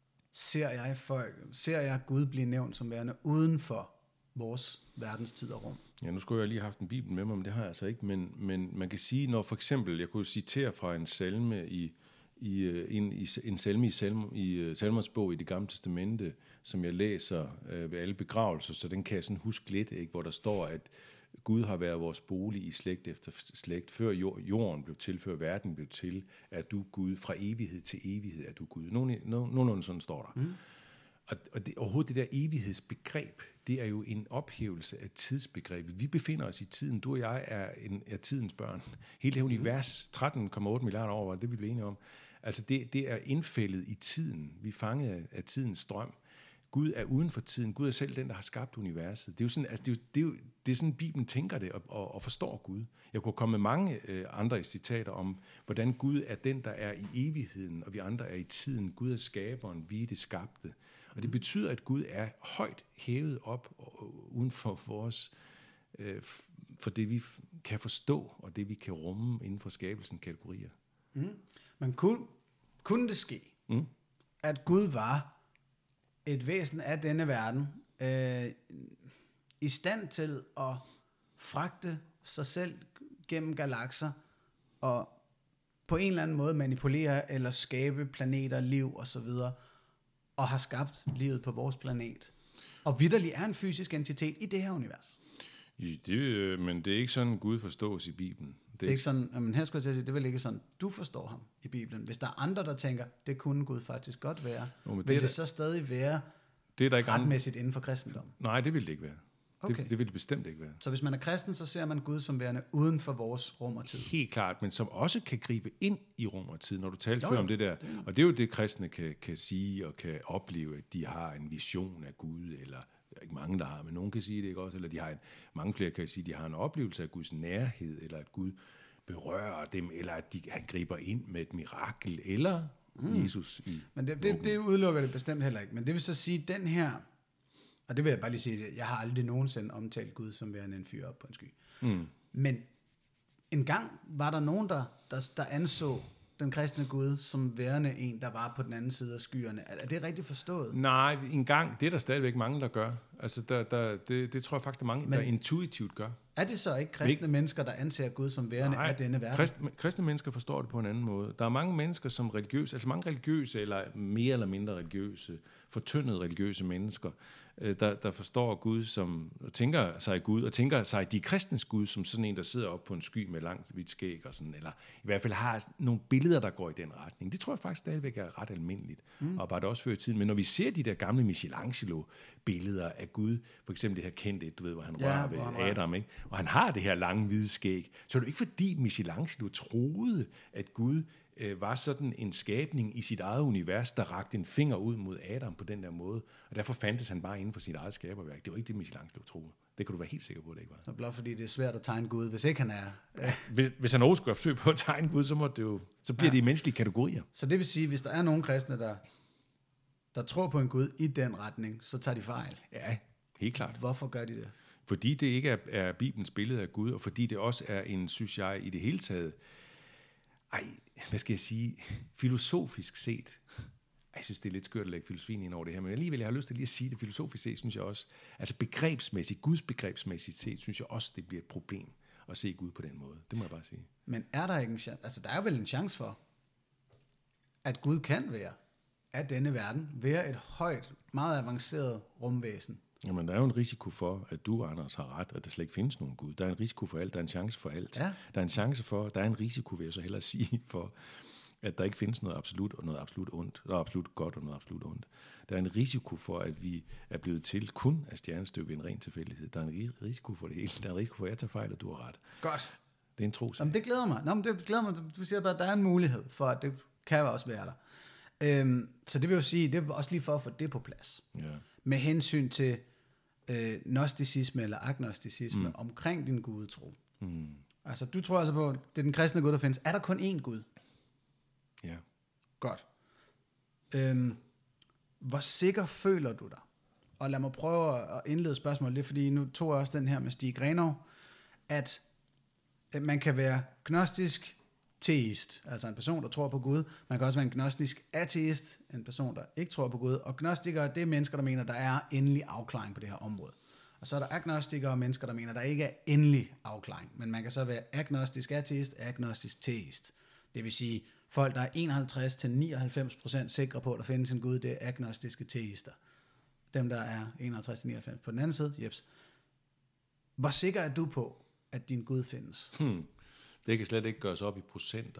ser jeg Gud blive nævnt som værende uden for vores verdens tid og rum? Ja, nu skulle jeg lige have haft en bibel med mig, men det har jeg altså ikke. Men man kan sige, når for eksempel, jeg kunne citere fra en salme en salme i Salmers bog i Det Gamle Testamente, som jeg læser ved alle begravelser, så den kan jeg sådan huske lidt, ikke, hvor der står, at Gud har været vores bolig i slægt efter slægt. Før jorden blev til, før verden blev til, er du Gud. Fra evighed til evighed er du Gud. Nogenlunde sådan står der. Og overhovedet det der evighedsbegreb, det er jo en ophævelse af tidsbegrebet. Vi befinder os i tiden. Du og jeg er tidens børn. Hele det univers, 13,8 milliarder år, var det, vi blev enige om. Altså det er indfældet i tiden. Vi er fanget af tidens strøm. Gud er uden for tiden. Gud er selv den, der har skabt universet. Det er jo sådan, altså det er sådan Bibelen tænker det og forstår Gud. Jeg kunne komme med mange andre citater om, hvordan Gud er den, der er i evigheden, og vi andre er i tiden. Gud er skaberen, vi er det skabte. Og det betyder, at Gud er højt hævet op uden for vores, for det vi kan forstå, og det vi kan rumme inden for skabelsens kategorier. Men kunne det ske, at Gud var et væsen af denne verden, i stand til at fragte sig selv gennem galakser, og på en eller anden måde manipulere eller skabe planeter, liv osv., og har skabt livet på vores planet, og vitterlig er en fysisk entitet i det her univers? Men det er ikke sådan, Gud forstås i Bibelen. Det er ikke sådan, men her skulle jeg til at sige, det er vel ikke sådan, du forstår ham i Bibelen. Hvis der er andre, der tænker, det kunne Gud faktisk godt være, vil det så stadig være retmæssigt inden for kristendom? Nej, det vil det ikke være. Okay. Det vil det bestemt ikke være. Så hvis man er kristen, så ser man Gud som værende uden for vores rum og tid? Helt klart, men som også kan gribe ind i rum og tid, når du talte før om det der. Og det er jo det, kristne kan sige og kan opleve, at de har en vision af Gud, eller ikke mange, der har, men nogen kan sige det ikke også, eller de har mange flere kan sige, at de har en oplevelse af Guds nærhed, eller at Gud berører dem, eller at han griber ind med et mirakel, eller Jesus i. Men det udelukker det bestemt heller ikke. Men det vil så sige, den her, og det vil jeg bare lige sige, jeg har aldrig nogensinde omtalt Gud som værende en fyr op på en sky. Men en gang var der nogen, der anså den kristne Gud som værende en, der var på den anden side af skyerne. Er det rigtigt forstået? Nej, en gang, det er der stadigvæk mange, der gør. Altså, det tror jeg faktisk, der er mange, der intuitivt gør. Er det så ikke kristne mennesker, der anser Gud som værende af denne verden? Kristne mennesker forstår det på en anden måde. Der er mange mennesker som religiøse, altså mange religiøse, eller mere eller mindre religiøse, fortyndede religiøse mennesker, der forstår Gud som, tænker sig Gud, og tænker sig de kristnes Gud som sådan en, der sidder op på en sky med langt hvidt skæg, og sådan, eller i hvert fald har nogle billeder, der går i den retning. Det tror jeg faktisk stadigvæk er ret almindeligt, og bare det også før i tiden. Men når vi ser de der gamle Michelangelo-billeder af Gud, for eksempel det her kendte, du ved, hvor han rører ved Adam, ikke? Og han har det her lange hvide skæg, så er det ikke fordi Michelangelo troede, at Gud var sådan en skabning i sit eget univers, der rakte en finger ud mod Adam på den der måde, og derfor fandtes han bare inden for sit eget skaberværk. Det var ikke det, Michelangelo troede. Det kan du være helt sikker på, det ikke var. Så blot fordi det er svært at tegne Gud, hvis ikke han er... Hvis han også skulle have forsøgt på at tegne Gud, så bliver det i menneskelige kategorier. Så det vil sige, hvis der er nogen kristne, der tror på en Gud i den retning, så tager de fejl. Ja, helt klart. Hvorfor gør de det? Fordi det ikke er Bibelens billede af Gud, og fordi det også er en, synes jeg, i det hele taget, hvad skal jeg sige, filosofisk set. Jeg synes, det er lidt skørt at lægge filosofien ind over det her, men alligevel, jeg har lyst til lige at sige det, filosofisk set, synes jeg også, altså begrebsmæssigt, Guds begrebsmæssigt set, synes jeg også, det bliver et problem at se Gud på den måde. Det må jeg bare sige. Men er der ikke en chance, altså der er vel en chance for, at Gud kan være af denne verden, være et højt, meget avanceret rumvæsen? Jamen, der er jo en risiko for, at du, Anders, har ret, at der slet ikke findes nogen Gud. Der er en risiko for alt, der er en chance for alt. Ja. Der er en chance for, der er en risiko, vil jeg så hellere sige, for at der ikke findes noget absolut og noget absolut ondt, noget absolut godt og noget absolut ondt. Der er en risiko for, at vi er blevet til kun af stjernestykke ved en ren tilfældighed. Der er en risiko for det hele. Der er en risiko for, at jeg tager fejl, og du har ret. Godt. Det er en trosag. Jamen, det glæder mig. Du siger bare, at der er en mulighed for, at det kan også være der. Så det vil jo sige, det er også lige for at få det på plads. Ja. Med hensyn til gnosticisme eller agnosticisme omkring din gudetro. Altså, du tror altså på, det er den kristne Gud, der findes. Er der kun én Gud? Ja. Godt. Hvor sikker føler du dig? Og lad mig prøve at indlede spørgsmålet lidt, fordi nu tog jeg også den her med Stig Grenov, at man kan være gnostisk teist, altså en person, der tror på Gud. Man kan også være en gnostisk ateist, en person, der ikke tror på Gud. Og gnostikere, det er mennesker, der mener, der er endelig afklaring på det her område. Og så er der agnostikere og mennesker, der mener, der ikke er endelig afklaring. Men man kan så være agnostisk ateist, agnostisk teist. Det vil sige, folk, der er 51-99% sikre på, at der findes en Gud, det er agnostiske teister. Dem, der er 51-99% på den anden side, jeps. Hvor sikker er du på, at din Gud findes? Det kan slet ikke gøres op i procenter.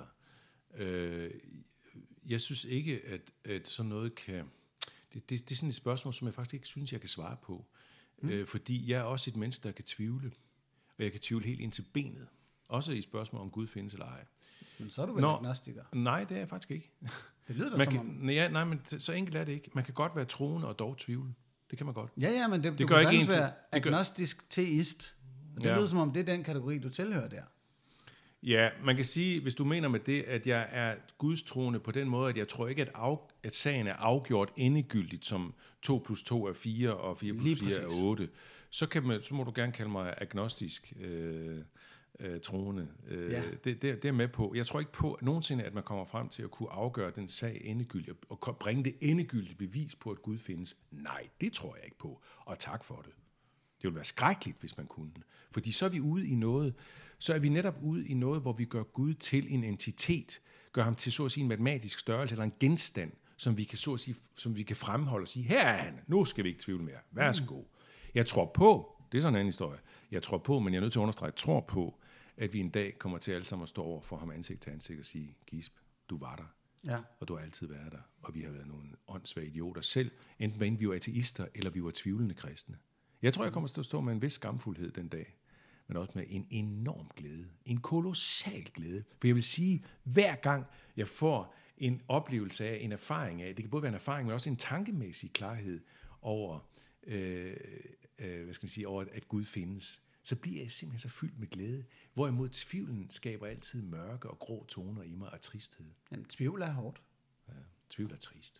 Jeg synes ikke, at sådan noget kan... Det er sådan et spørgsmål, som jeg faktisk ikke synes, jeg kan svare på. Fordi jeg er også et menneske, der kan tvivle. Og jeg kan tvivle helt ind til benet. Også i spørgsmål om Gud findes eller ej. Men så er du vel agnostiker? Nej, det er jeg faktisk ikke. Det lyder da som om... Nej, men så enkelt er det ikke. Man kan godt være troende og dog tvivle. Det kan man godt. Ja, men det gør ikke være agnostisk teist. Det lyder som om, det er den kategori, du tilhører der. Ja, man kan sige, hvis du mener med det, at jeg er gudstroende på den måde, at jeg tror ikke, at sagen er afgjort endegyldigt, som 2 + 2 er 4, og 4 + 4 er 8, så må du gerne kalde mig agnostisk troende. Det er med på. Jeg tror ikke på nogensinde, at man kommer frem til at kunne afgøre den sag endegyldigt, og bringe det endegyldige bevis på, at Gud findes. Nej, det tror jeg ikke på, og tak for det. Det ville være skrækkeligt, hvis man kunne. Fordi så er vi ude i noget, så er vi netop ude i noget, hvor vi gør Gud til en entitet, gør ham til så at sige en matematisk størrelse, eller en genstand, som vi kan, så at sige, som vi kan fremholde og sige, her er han, nu skal vi ikke tvivle mere, værsgo. Jeg tror på, Det er sådan en anden historie. Jeg tror på, men jeg er nødt til at understrege, tror på, at vi en dag kommer til alle sammen at stå over for ham ansigt til ansigt og sige, Gisp, du var der. Ja. Og du har altid været der. Og vi har været nogle åndssvage idioter selv, enten vi var ateister, eller vi var tvivlende kristne. Jeg tror, jeg kommer til at stå med en vis skamfuldhed den dag, men også med en enorm glæde. En kolossal glæde. For jeg vil sige, hver gang jeg får en oplevelse af, en erfaring af, det kan både være en erfaring, men også en tankemæssig klarhed over, over at Gud findes, så bliver jeg simpelthen så fyldt med glæde. Hvorimod tvivlen skaber altid mørke og grå toner i mig og tristhed. Jamen, tvivl er hårdt. Ja, tvivl er trist.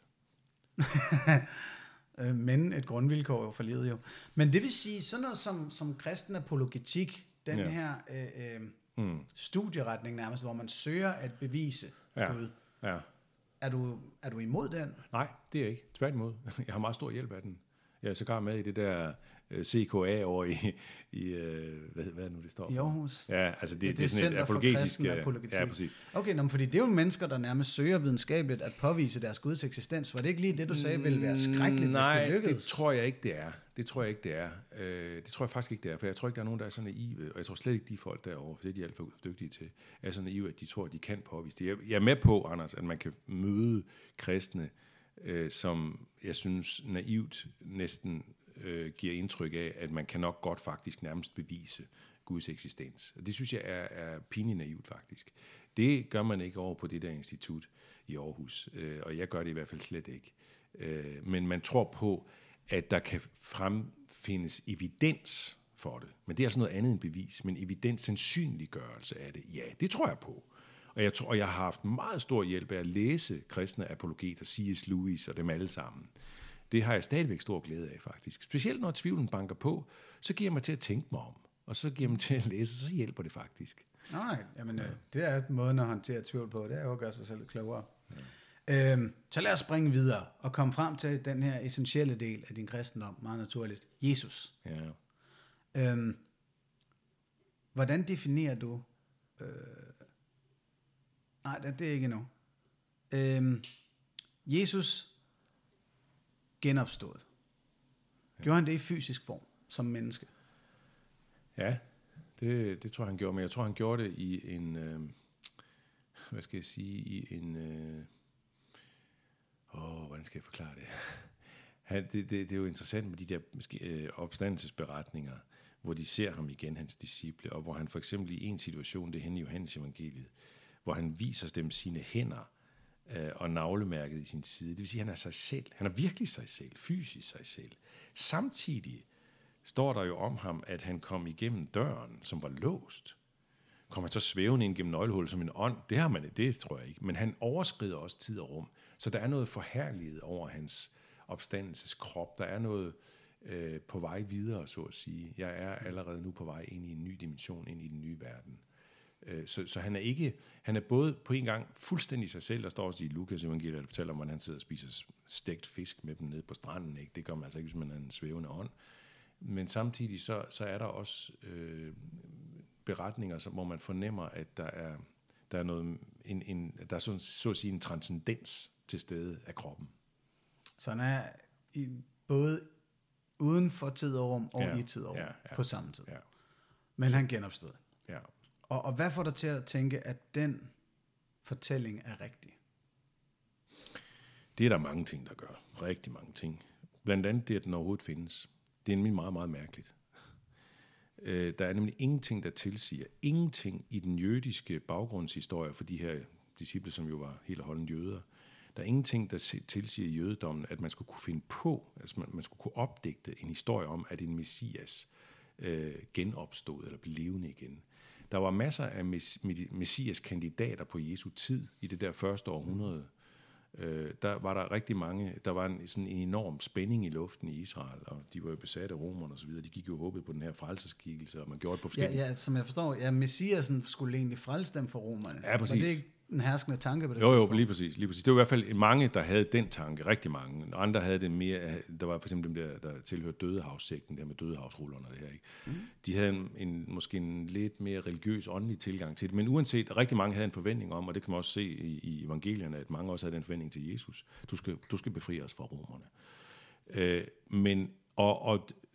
Men et grundvilkår jo for livet jo. Men det vil sige, sådan noget som kristen apologetik, den her studieretning nærmest, hvor man søger at bevise Gud. Ja. Er du imod den? Nej, det er jeg ikke. Tværtimod. Jeg har meget stor hjælp af den. Jeg er sågar med i det der CKA over i hvad er det nu, det står for? I Aarhus? Ja, altså det er sådan et apologetisk. Ja, præcis. Okay, fordi det er jo mennesker, der nærmest søger videnskabeligt at påvise deres Guds eksistens. Var det ikke lige det, du sagde, ville være skrækkeligt, hvis det lykkedes? Nej, det tror jeg ikke, det er. Det tror jeg faktisk ikke, det er. For jeg tror ikke, der er nogen, der er så naive. Og jeg tror slet ikke, de folk derovre, for det er de alt for dygtige til, er så naive, at de tror, at de kan påvise det. Jeg er med på, Anders, at man kan møde kristne, som jeg synes naivt næsten giver indtryk af, at man kan nok godt faktisk nærmest bevise Guds eksistens. Og det synes jeg er pinligt naivt faktisk. Det gør man ikke over på det der institut i Aarhus, og jeg gør det i hvert fald slet ikke. Men man tror på, at der kan fremfindes evidens for det. Men det er altså noget andet end bevis, men evidens, sandsynliggørelse af det, ja, det tror jeg på. Og jeg har haft meget stor hjælp af at læse kristne apologeter, C.S. Lewis og dem alle sammen. Det har jeg stadigvæk stor glæde af, faktisk. Specielt når tvivlen banker på, så giver jeg mig til at tænke mig om. Og så giver jeg mig til at læse, så hjælper det faktisk. Nej, jamen, det er måden at håndtere tvivl på. Det er jo at gøre sig selv klogere. Ja. Så lad os springe videre og komme frem til den her essentielle del af din kristendom, meget naturligt. Jesus. Ja. Hvordan definerer du... Nej, det er ikke endnu. Jesus genopstået. Gjorde han det i fysisk form, som menneske? Ja, det tror jeg, han gjorde. Men jeg tror, han gjorde det i en... hvordan skal jeg forklare det? Det er jo interessant med de der opstandelsesberetninger, hvor de ser ham igen, hans disciple, og hvor han for eksempel i en situation, det er henne i Johannes evangeliet, hvor han viser dem sine hænder og navlemærket i sin side. Det vil sige, at han er sig selv. Han er virkelig sig selv, fysisk sig selv. Samtidig står der jo om ham, at han kom igennem døren, som var låst. Kom han så svævende ind gennem nøglehullet som en ånd? Det tror jeg ikke. Men han overskrider også tid og rum. Så der er noget forherliget over hans opstandelseskrop. Der er noget på vej videre, så at sige. Jeg er allerede nu på vej ind i en ny dimension, ind i den nye verden. Så han er både på en gang fuldstændig sig selv. Der står også i Lukas evangeliet, der fortæller om, at han sidder og spiser stegt fisk med dem nede på stranden. Ikke? Det gør man altså ikke, hvis man er en svævende ånd. Men samtidig så er der også beretninger, hvor man fornemmer, at der er noget, der er så at sige en transcendens til stede af kroppen. Så han er både uden for tid og rum og i tid og rum på samme tid. Ja. Men han genopstod. Ja. Og hvad får dig til at tænke, at den fortælling er rigtig? Det er der mange ting, der gør. Rigtig mange ting. Blandt andet det, at den overhovedet findes. Det er nemlig meget, meget mærkeligt. Der er nemlig ingenting, der tilsiger, ingenting i den jødiske baggrundshistorie for de her disciple, som jo var helt og holdent jøder. Der er ingenting, der tilsiger i jødedommen, at man skulle kunne finde på, altså man skulle kunne opdigte en historie om, at en messias genopstod eller blev levende igen. Der var masser af messias-kandidater på Jesu tid i det der første århundrede. Der var der rigtig mange, der var sådan en enorm spænding i luften i Israel, og de var jo besatte af romerne og så videre. De gik jo og håbede på den her frelseskikkelse, og man gjorde det på forskellige... Ja, som jeg forstår, messiasen skulle egentlig frelse dem for romerne. Ja, præcis. Var det ikke en herskende tanke på det tidspunkt? Jo, lige præcis. Det var i hvert fald mange, der havde den tanke, rigtig mange. Og andre havde det mere, der var for eksempel dem der tilhørte Dødehavssekten, der med Dødehavsrullerne og det her, ikke? De havde måske en lidt mere religiøs, åndelig tilgang til det. Men uanset, rigtig mange havde en forventning om, og det kan man også se i evangelierne, at mange også havde den forventning til Jesus. Du skal befri os fra romerne.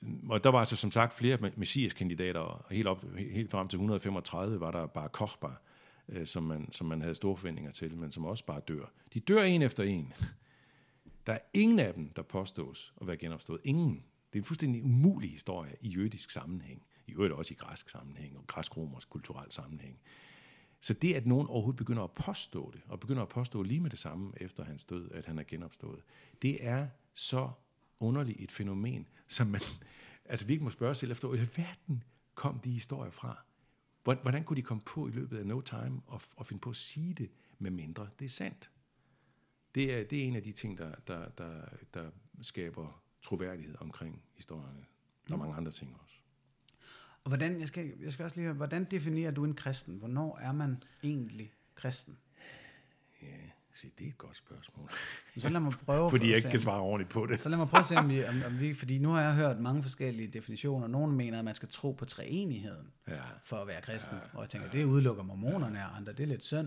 og der var altså som sagt flere messiaskandidater, og helt frem til 135 var der bare Kochba, som man havde store forventninger til, men som også bare dør. De dør en efter en. Der er ingen af dem, der påstås at være genopstået. Ingen. Det er en fuldstændig umulig historie i jødisk sammenhæng. I øvrigt også i græsk sammenhæng, og græsk-romersk kulturel sammenhæng. Så det, at nogen overhovedet begynder at påstå det, og begynder at påstå lige med det samme efter hans død, at han er genopstået, det er så underligt et fænomen, som man virkelig må spørge sig efter, i verden kom de historier fra? Hvordan kunne de komme på i løbet af no time og finde på at sige det, med mindre det er sandt? Det er en af de ting, der skaber troværdighed omkring historierne. Der er mange andre ting også. Og hvordan, jeg skal også lige høre, hvordan definerer du en kristen? Hvornår er man egentlig kristen? Ja, det er et godt spørgsmål. Så lad mig prøve. Fordi jeg ikke kan svare ordentligt på det. Så lad mig prøve at se, om vi, fordi nu har jeg hørt mange forskellige definitioner. Nogle mener, at man skal tro på treenigheden for at være kristen. Og jeg tænker, det udelukker mormonerne og andre. Det er lidt synd.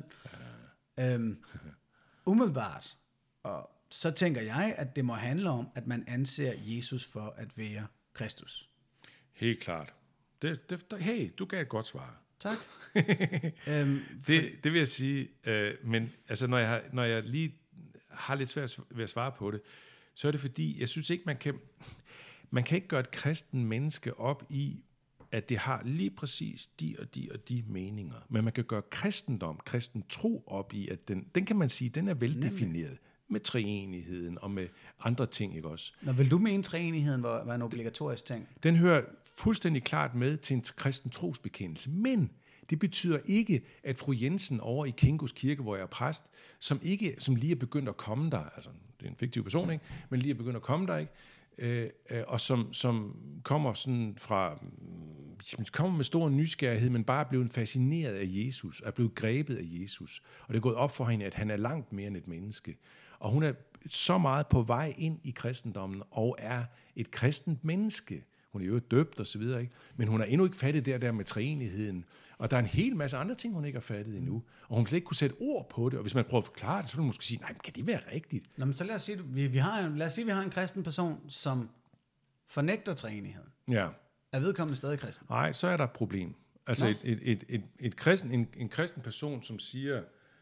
Umiddelbart. Og så tænker jeg, at det må handle om, at man anser Jesus for at være Kristus. Helt klart. Hey, du gav et godt svar. Tak. Det vil jeg sige, men altså, når jeg lige har lidt svært ved at svare på det, så er det fordi, jeg synes ikke, man kan ikke gøre et kristen menneske op i, at det har lige præcis de og de meninger. Men man kan gøre kristen tro op i, at den kan man sige, den er veldefineret. Med treenigheden og med andre ting, ikke også? Nå, vil du mene, treenigheden var en obligatorisk ting? Den hører fuldstændig klart med til en kristen trosbekendelse, men det betyder ikke, at fru Jensen over i Kingos Kirke, hvor jeg er præst, som lige er begyndt at komme der, altså det er en fiktiv person, ikke? Men lige er begyndt at komme der, ikke? Og som kommer sådan kommer med stor nysgerrighed, men bare er blevet fascineret af Jesus, er blevet grebet af Jesus. Og det er gået op for hende, at han er langt mere end et menneske. Og hun er så meget på vej ind i kristendommen, og er et kristent menneske. Hun er jo døbt og så videre, ikke? Men hun har endnu ikke fattet det der med treenigheden. Og der er en hel masse andre ting, hun ikke har fattet endnu. Og hun vil ikke kunne sætte ord på det. Og hvis man prøver at forklare det, så vil hun måske sige, nej, men kan det være rigtigt? Nå, men så lad os sige, vi har en kristen person, som fornægter treenigheden. Ja. Er vedkommende stadig kristen? Nej, så er der et problem. Altså en kristen person, som siger,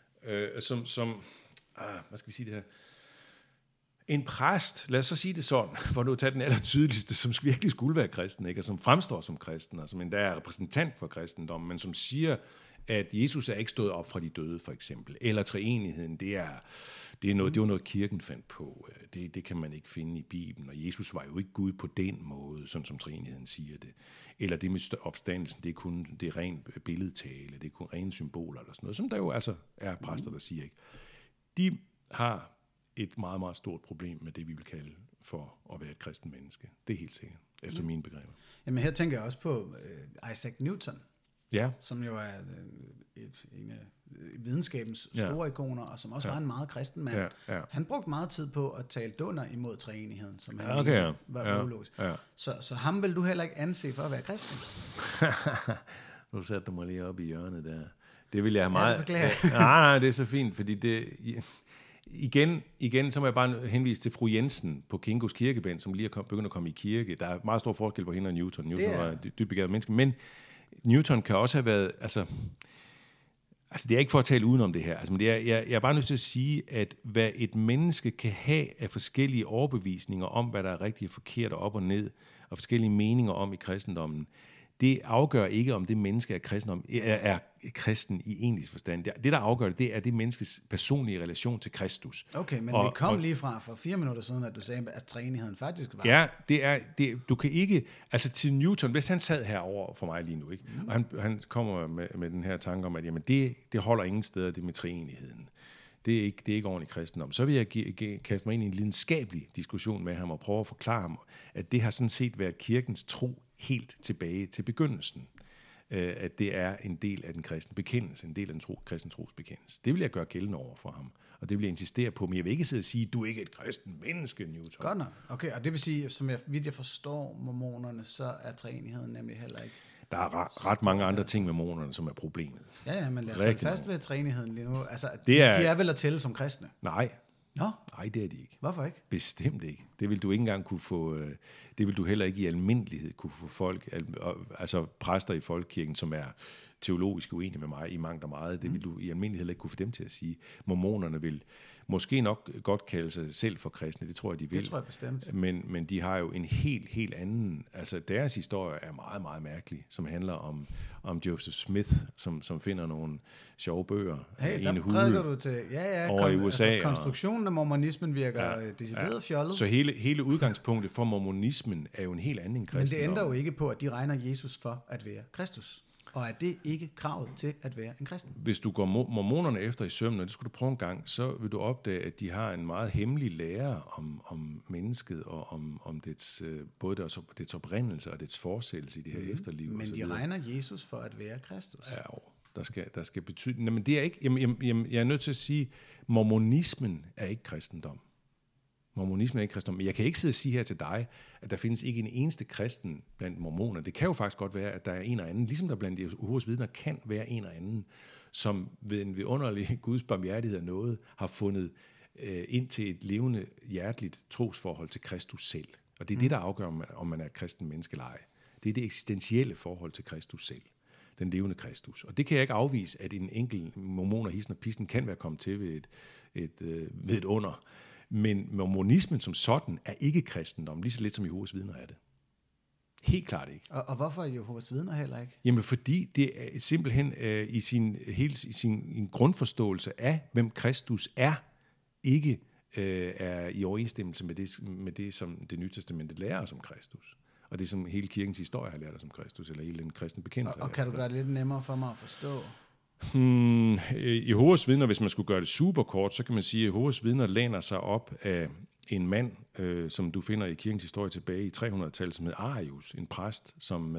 hvad skal vi sige det her? En præst, lad os så sige det sådan, for nu at tage den allertydeligste, som virkelig skulle være kristen, ikke? Og som fremstår som kristen, og som endda er repræsentant for kristendommen, men som siger, at Jesus er ikke stået op fra de døde, for eksempel, eller treenigheden, det var noget, kirken fandt på. Det kan man ikke finde i Bibelen, og Jesus var jo ikke Gud på den måde, sådan som treenigheden siger det. Eller det med opstandelsen, det er ren billedtale, det er kun rene symboler, eller sådan noget, som der jo altså er præster, der siger, ikke? De har et meget, meget stort problem med det, vi vil kalde for at være et kristen menneske. Det er helt sikkert, efter mine begreber. Jamen her tænker jeg også på Isaac Newton, som jo er en af videnskabens store ikoner, og som også var en meget kristen mand. Ja. Han brugte meget tid på at tale dunder imod treenigheden, som han var ulogisk. Ja. Så ham vil du heller ikke anse for at være kristen? Nu satte du mig lige op i hjørnet der. Det vil jeg have meget... Nej, det er så fint, fordi det... Igen, så må jeg bare henvise til fru Jensen på Kingos Kirkebænd, som lige er begyndt at komme i kirke. Der er meget stor forskel på hende og Newton. Newton var et dybt begavet menneske, men Newton kan også have været... Altså det er ikke for at tale udenom det her. Altså, men jeg er bare nødt til at sige, at hvad et menneske kan have af forskellige overbevisninger om, hvad der er rigtigt og forkert og op og ned, og forskellige meninger om i kristendommen, det afgør ikke, om det menneske er kristen i egentlig forstand. Det, der afgør det er det menneskes personlige relation til Kristus. Okay, men vi kom lige fra for 4 minutter siden, at du sagde, at treenigheden faktisk var... Ja, du kan ikke... Altså til Newton, hvis han sad herovre for mig lige nu, ikke? Og han kommer med den her tanke om, at jamen, det holder ingen steder, det med treenigheden. Det er ikke ordentlig kristendom. Så vil jeg kaste mig ind i en lidenskabelig diskussion med ham og prøve at forklare ham, at det har sådan set været kirkens tro helt tilbage til begyndelsen. At det er en del af den kristne bekendelse, en del af den kristne trosbekendelse. Det vil jeg gøre gældende over for ham, og det vil jeg insistere på, men jeg vil ikke sidde og sige, du er ikke et kristen menneske, Newton. Godt nok. Okay, og det vil sige, som jeg forstår mormonerne, så er treenigheden nemlig heller ikke... Der er ret mange andre ting med mormonerne, som er problemet. Ja, men lad os holde fast ved treenigheden lige nu. Altså, de er vel at tælle som kristne? Nej, Nå, Nej, det er de ikke. hvorfor ikke? Bestemt ikke. Det vil du ikke engang kunne få, det vil du heller ikke i almindelighed kunne få folk, altså præster i folkekirken, som er teologisk uenige med mig i mangt og meget, det vil du i almindelighed heller ikke kunne få dem til at sige. Mormonerne vil måske nok godt kalde sig selv for kristne, det tror jeg, de vil. Det tror jeg bestemt. Men de har jo en helt anden, altså deres historie er meget, meget mærkelig, som handler om Joseph Smith, som finder nogle sjove bøger i en hule. Prædiker du til, over i USA. Altså, konstruktionen af mormonismen virker decideret fjollet. Så hele udgangspunktet for mormonismen er jo en helt anden end kristendom. Men det ændrer jo ikke på, at de regner Jesus for at være Kristus. Og er det ikke kravet til at være en kristen? Hvis du går mormonerne efter i sømmen, og det skulle du prøve en gang, så vil du opdage, at de har en meget hemmelig lære om mennesket, og om dets, både dets oprindelse og dets forsættelse i det her efterliv. Men de regner Jesus for at være Kristus. Ja, der skal betyde... Nej, men det er ikke... Jeg er nødt til at sige, mormonismen er ikke kristendom. Mormonismen er ikke kristendom. Men jeg kan ikke sidde og sige her til dig, at der findes ikke en eneste kristen blandt mormoner. Det kan jo faktisk godt være, at der er en og anden, ligesom der blandt Jehovas vidner kan være en og anden, som ved en vidunderlig Guds barmhjertighed af noget, har fundet ind til et levende, hjerteligt trosforhold til Kristus selv. Og det er det, der afgør, om man er et kristen menneske eller ej. Det er det eksistentielle forhold til Kristus selv. Den levende Kristus. Og det kan jeg ikke afvise, at en enkelt mormoner, hissen og pisten, kan være kommet til ved et under. Men mormonismen som sådan er ikke kristendom, lige så lidt som Jehovas vidner er det. Helt klart ikke. Og hvorfor er Jehovas vidner heller ikke? Jamen fordi det er simpelthen i sin grundforståelse af, hvem Kristus er, ikke er i overensstemmelse med det, som det nye testamente lærer os om Kristus. Og det, som hele kirkens historie har lært os om Kristus, eller hele den kristne bekendelse. Og kan du gøre det lidt nemmere for mig at forstå? Jehovas vidner, hvis man skulle gøre det super kort, så kan man sige, at Jehovas vidner læner sig op af en mand, som du finder i kirkens historie tilbage i 300-tallet, som hed Arius, en præst,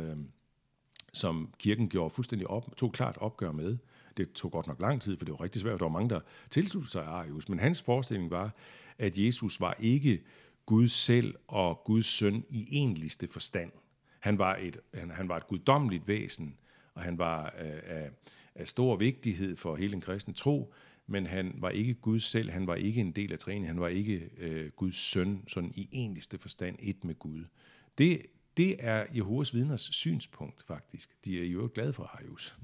som kirken gjorde fuldstændig tog klart opgør med. Det tog godt nok lang tid, for det var rigtig svært. Der var mange, der tilsluttede sig Arius, men hans forestilling var, at Jesus var ikke Gud selv og Guds søn i egentligste forstand. Han var et guddommeligt væsen, og han var af stor vigtighed for hele den kristne tro, men han var ikke Gud selv, han var ikke en del af træningen, han var ikke Guds søn, sådan i egentligste forstand et med Gud. Det er Jehovas vidners synspunkt, faktisk. De er jo glade for Arius.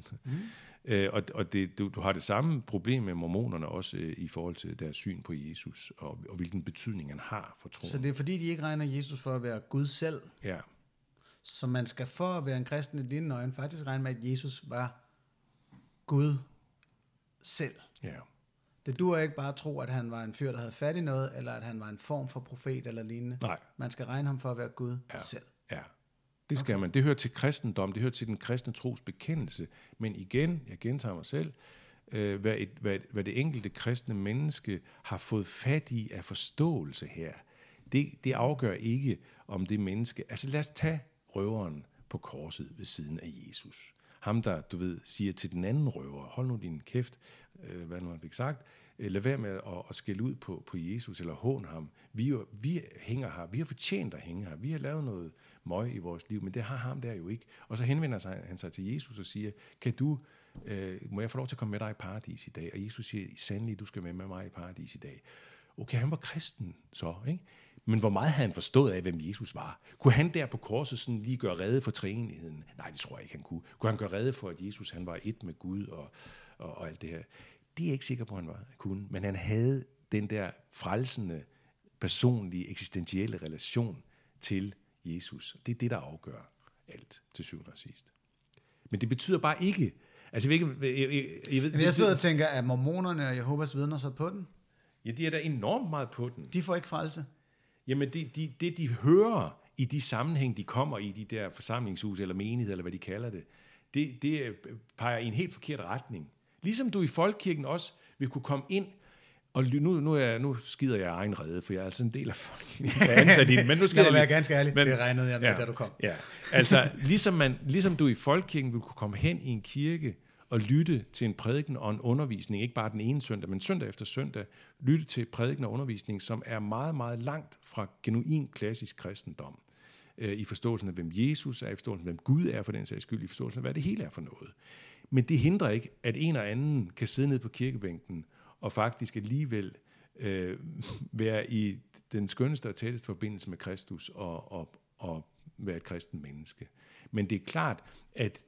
Og du har det samme problem med mormonerne også i forhold til deres syn på Jesus, og hvilken betydning han har for troen. Så det er fordi, de ikke regner Jesus for at være Gud selv? Ja. Så man skal for at være en kristen i dine øjne faktisk regne med, at Jesus var Gud selv. Ja. Det duer ikke bare at tro, at han var en fyr, der havde fat i noget, eller at han var en form for profet eller lignende. Nej. Man skal regne ham for at være Gud selv. Ja, det skal man. Det hører til kristendom, det hører til den kristne tros bekendelse. Men igen, jeg gentager mig selv, hvad det enkelte kristne menneske har fået fat i af forståelse her, det afgør ikke, om det menneske... Altså lad os tage røveren på korset ved siden af Jesus. Ham, der, du ved, siger til den anden røver, hold nu din kæft, hvad nu han fik sagt, lad være med at skælde ud på Jesus, eller hån ham. Vi hænger her, vi har fortjent at hænge her, vi har lavet noget møg i vores liv, men det har ham der jo ikke. Og så henvender han sig til Jesus og siger, må jeg få lov til at komme med dig i paradis i dag? Og Jesus siger, sandelig, du skal med mig i paradis i dag. Okay, han var kristen så, ikke? Men hvor meget havde han forstået af, hvem Jesus var? Kunne han der på korset sådan lige gøre rede for treenigheden? Nej, det tror jeg ikke, han kunne. Kunne han gøre rede for, at Jesus han var et med Gud og alt det her? Det er jeg ikke sikker på, at han kunne. Men han havde den der frelsende, personlige, eksistentielle relation til Jesus. Det er det, der afgør alt til syvende og sidst. Men det betyder bare ikke... Altså, jeg sidder og tænker, at mormonerne og Jehovas vidner så på den? Ja, de er da enormt meget på den. De får ikke frelse? Jamen, det de hører i de sammenhæng, de kommer i de der forsamlingshus eller menighed, eller hvad de kalder det peger i en helt forkert retning. Ligesom du i folkekirken også vil kunne komme ind, og nu skider jeg egen rede, for jeg er altså en del af folkekirken, der er ansat i den. Men nu skal jeg være ganske ærlig, det regnede jeg med, da du kom. Ja, altså ligesom du i folkekirken vil kunne komme hen i en kirke, og lytte til en prædiken og en undervisning, ikke bare den ene søndag, men søndag efter søndag, lytte til prædiken og undervisning, som er meget, meget langt fra genuin klassisk kristendom. I forståelsen af, hvem Jesus er, i forståelsen af, hvem Gud er for den sags skyld, i forståelsen af, hvad det hele er for noget. Men det hindrer ikke, at en og anden kan sidde nede på kirkebænken og faktisk alligevel være i den skønneste og tætteste forbindelse med Kristus og være et kristent menneske. Men det er klart, at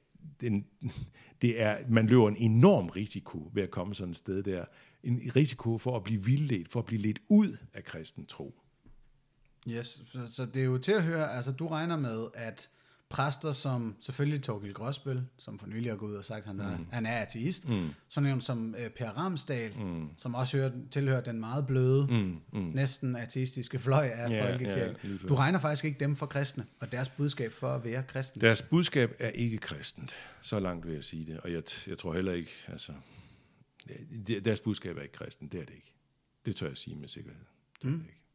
man løber en enorm risiko ved at komme sådan et sted der. En risiko for at blive vildledt, for at blive ledt ud af kristen tro. Yes, så det er jo til at høre, altså du regner med, at præster som selvfølgelig Torkild Grosbøll, som for nylig har gået ud og sagt, at han er ateist, sådan en som Per Ramsdal, som også tilhører den meget bløde, næsten ateistiske fløj af folkekirken. Du regner faktisk ikke dem for kristne, og deres budskab for at være kristne. Deres budskab er ikke kristent, så langt vil jeg sige det, og jeg tror heller ikke, altså, deres budskab er ikke kristen, det er det ikke. Det tør jeg sige med sikkerhed. Det er det ikke.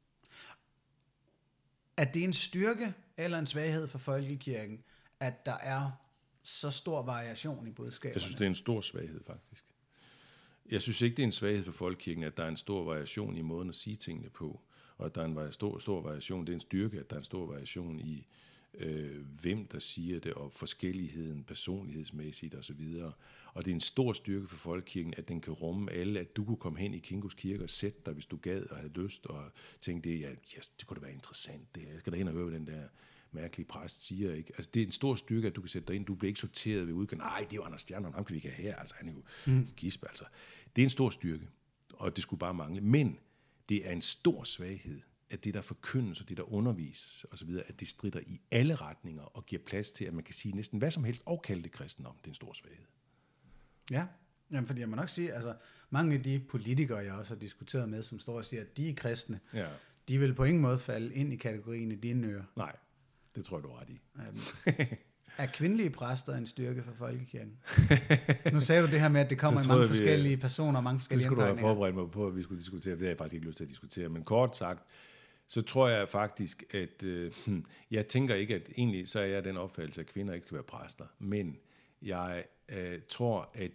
Er det en styrke eller en svaghed for folkekirken, at der er så stor variation i budskaberne? Jeg synes, det er en stor svaghed, faktisk. Jeg synes ikke, det er en svaghed for folkekirken, at der er en stor variation i måden at sige tingene på, og at der er en stor variation. Det er en styrke, at der er en stor variation i, hvem der siger det, og forskelligheden personlighedsmæssigt osv. Og det er en stor styrke for folkekirken, at den kan rumme alle, at du kunne komme hen i Kingos Kirke og sætte dig, hvis du gad og havde lyst, og tænke, det kunne da være interessant, det her. Jeg skal da hen og høre, hvad den der mærkelige præst siger. Ikke? Altså, det er en stor styrke, at du kan sætte dig ind. Du bliver ikke sorteret ved udgangen. Nej, det er jo Anders Stjernholm, ham kan vi ikke have her. Altså, han er jo gisp. Altså. Det er en stor styrke, og det skulle bare mangle. Men det er en stor svaghed, at det der forkyndes og det der undervises osv., at det stritter i alle retninger og giver plads til, at man kan sige næsten hvad som helst og kalde det kristendom. Det er en stor svaghed. Ja, jamen, fordi jeg må nok sige, altså mange af de politikere, jeg også har diskuteret med, som står og siger, at de er kristne, de vil på ingen måde falde ind i kategorien i dine ører. Nej, det tror jeg, du er ret i. Er kvindelige præster en styrke for folkekirken? Nu sagde du det her med, at det kommer i mange forskellige personer og mange forskellige indpakninger. Det skulle du have forberedt mig på, at vi skulle diskutere, det har jeg faktisk ikke lyst til at diskutere, men kort sagt, så tror jeg faktisk, at jeg tænker ikke, at egentlig så er jeg den opfattelse, at kvinder ikke skal være præster, men jeg tror, at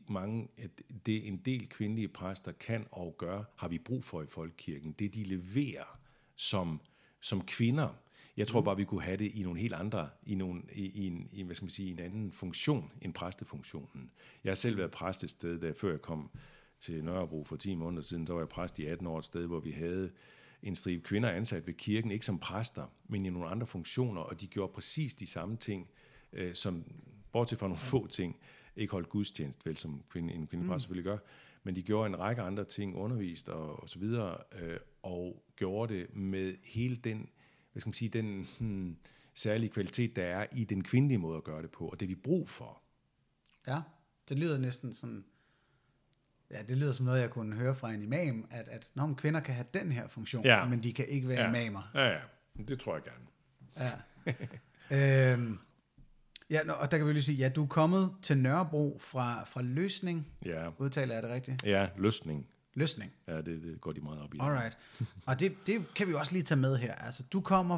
det en del kvindelige præster kan og gør, har vi brug for i folkekirken. Det de leverer som kvinder. Jeg tror bare, vi kunne have det i nogle helt andre, i hvad skal man sige, en anden funktion end præstefunktionen. Jeg har selv været præst et sted, før jeg kom til Nørrebro for 10 måneder siden, så var jeg præst i 18 år et sted, hvor vi havde en stribe kvinder ansat ved kirken, ikke som præster, men i nogle andre funktioner, og de gjorde præcis de samme ting, som bortset fra nogle få ting, ikke holdt gudstjeneste, vel, som en kvindelig præst selvfølgelig gør, men de gjorde en række andre ting, undervist og så videre, og gjorde det med hele den, hvad skal man sige, den særlige kvalitet, der er i den kvindelige måde at gøre det på, og det vi brug for. Ja, det lyder næsten sådan, ja, det lyder som noget, jeg kunne høre fra en imam, at når kvinder kan have den her funktion, men de kan ikke være imamer. Ja, det tror jeg gerne. Ja. Ja, og der kan vi lige sige, ja, du er kommet til Nørrebro fra Løsning. Ja. Udtaler jeg det rigtigt? Ja, Løsning. Løsning. Ja, det går de meget op i. Alright. Og det kan vi jo også lige tage med her. Altså, du kommer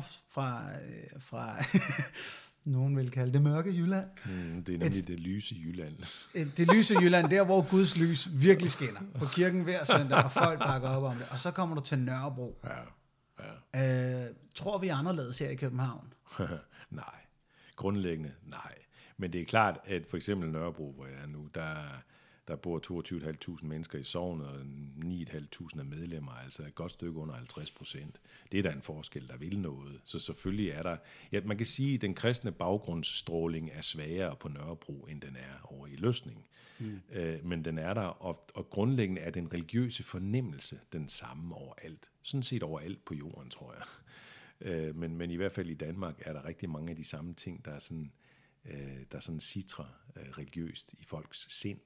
fra nogen vil kalde det mørke Jylland. Det er nemlig det lyse Jylland. Det lyse Jylland, der hvor Guds lys virkelig skinner. På kirken hver søndag, og folk bakker op om det. Og så kommer du til Nørrebro. Ja. Tror vi anderledes her i København? Nej. Grundlæggende, nej. Men det er klart, at for eksempel Nørrebro, hvor jeg er nu, der bor 22.500 mennesker i sognet, og 9.500 af medlemmer, altså et godt stykke under 50%. Det er da en forskel, der vil noget. Så selvfølgelig er der, ja, man kan sige, at den kristne baggrundsstråling er svagere på Nørrebro, end den er over i Løsning. Men den er der, og grundlæggende er den religiøse fornemmelse den samme overalt. Sådan set overalt på jorden, tror jeg. Men i hvert fald i Danmark er der rigtig mange af de samme ting, der er sådan citrer religiøst i folks sind.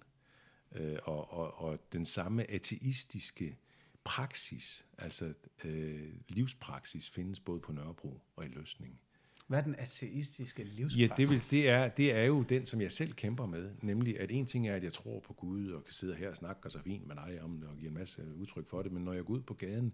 Og den samme ateistiske praksis, altså livspraksis, findes både på Nørrebro og i Løsning. Hvad er den ateistiske livspraksis? Ja, det er jo den, som jeg selv kæmper med, nemlig at en ting er, at jeg tror på Gud og kan sidde her og snakke så fint med dig om det og give en masse udtryk for det, men når jeg går ud på gaden,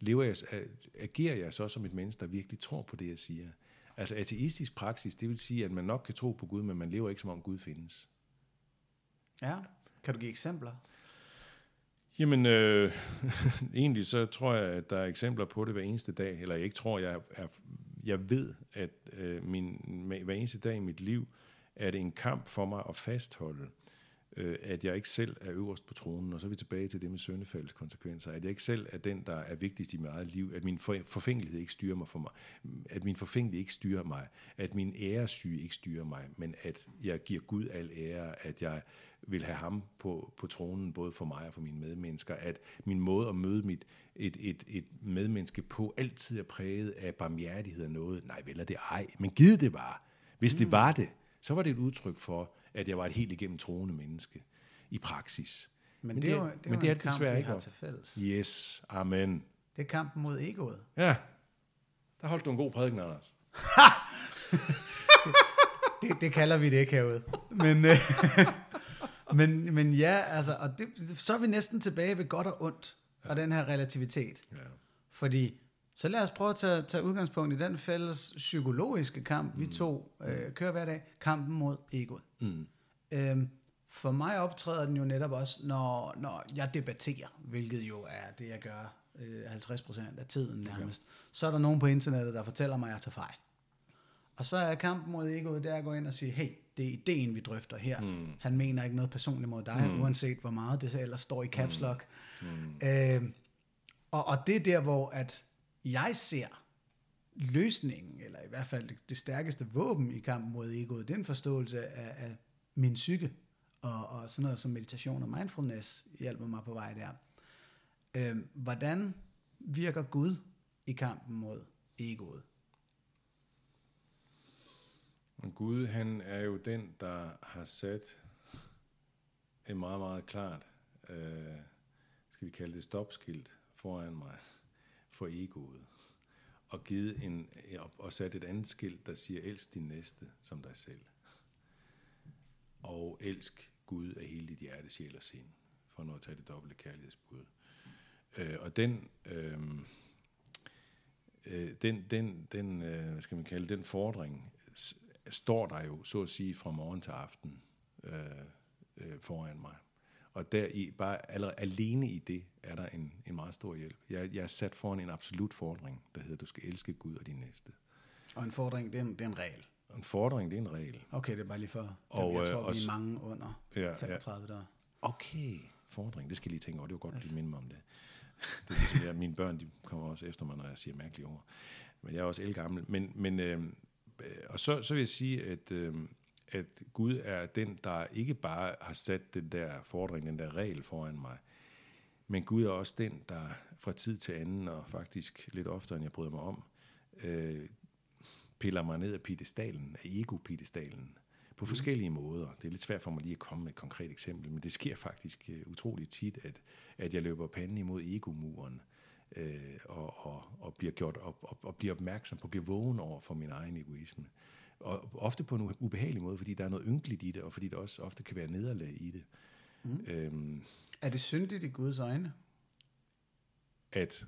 agerer jeg så som et menneske, der virkelig tror på det, jeg siger. Altså ateistisk praksis, det vil sige, at man nok kan tro på Gud, men man lever ikke som om Gud findes. Ja, kan du give eksempler? Jamen, egentlig så tror jeg, at der er eksempler på det hver eneste dag, eller jeg ikke tror, jeg ved, at hver eneste dag i mit liv, er det en kamp for mig at fastholde at jeg ikke selv er øverst på tronen, og så er vi tilbage til det med syndefaldets konsekvenser, at jeg ikke selv er den, der er vigtigst i mit eget liv, at min forfængelighed ikke styrer mig for mig, at min forfængelighed ikke styrer mig, at min æresyge ikke styrer mig, men at jeg giver Gud al ære, at jeg vil have ham på tronen, både for mig og for mine medmennesker, at min måde at møde et medmenneske på altid er præget af barmhjertighed og noget. Nej, vel er det ej, men givet det var. Hvis det var det, så var det et udtryk for, at jeg var et helt igennem troende menneske i praksis. Men det er jo en kamp, vi har til fælles. Yes, amen. Det er kampen mod egoet. Ja, der holdt du en god prædiken, Anders. det kalder vi det ikke herude. Men ja, altså, og så er vi næsten tilbage ved godt og ondt, og den her relativitet. Ja. Fordi, så lad os prøve at tage udgangspunkt i den fælles psykologiske kamp, vi to kører hver dag, kampen mod egoet. For mig optræder den jo netop også, når jeg debatterer, hvilket jo er det, jeg gør 50% af tiden nærmest. Okay. Så er der nogen på internettet, der fortæller mig, at jeg tager fejl. Og så er kampen mod egoet, det er at gå ind og sige, hey, det er ideen, vi drøfter her. Han mener ikke noget personligt mod dig, uanset hvor meget det ellers står i caps lock. Og det er der, hvor at jeg ser løsningen, eller i hvert fald det stærkeste våben i kampen mod egoet, det er en forståelse af min psyke, og sådan noget som meditation og mindfulness hjælper mig på vej der. Hvordan virker Gud i kampen mod egoet? Og Gud, han er jo den, der har sat et meget, meget klart, skal vi kalde det stopskilt foran mig, for egoet. Og og sat et andet skilt, der siger, elsk din næste som dig selv. Og elsk Gud af hele dit hjerte, sjæl og sind, for nu at tage det dobbelte kærlighedsbud. Og den hvad skal man kalde, den fordring, står der jo, så at sige, fra morgen til aften foran mig. Og der bare allerede alene i det, er der en meget stor hjælp. Jeg er sat foran en absolut fordring, der hedder, du skal elske Gud og din næste. Og en fordring, det er en regel? En fordring, det er en regel. Okay, det er bare lige for, jeg tror, vi er mange under 35 der. Okay, fordring, det skal jeg lige tænke over, det var godt, at du minde mig om det. Det er ligesom, mine børn, de kommer også efter mig, når jeg siger mærkelige ord. Men jeg er også ældgammel. Og så vil jeg sige, at Gud er den, der ikke bare har sat den der fordring, den der regel foran mig, men Gud er også den, der fra tid til anden, og faktisk lidt oftere, end jeg bryder mig om, piller mig ned af piedestalen, af ego-piedestalen, på forskellige måder. Det er lidt svært for mig lige at komme med et konkret eksempel, men det sker faktisk utroligt tit, at jeg løber panden imod egomuren, og bliver gjort og bliver opmærksom på, bliver vågen over for min egen egoisme. Og ofte på en ubehagelig måde, fordi der er noget ynkeligt i det, og fordi der også ofte kan være nederlag i det. Er det syndigt i Guds øjne? At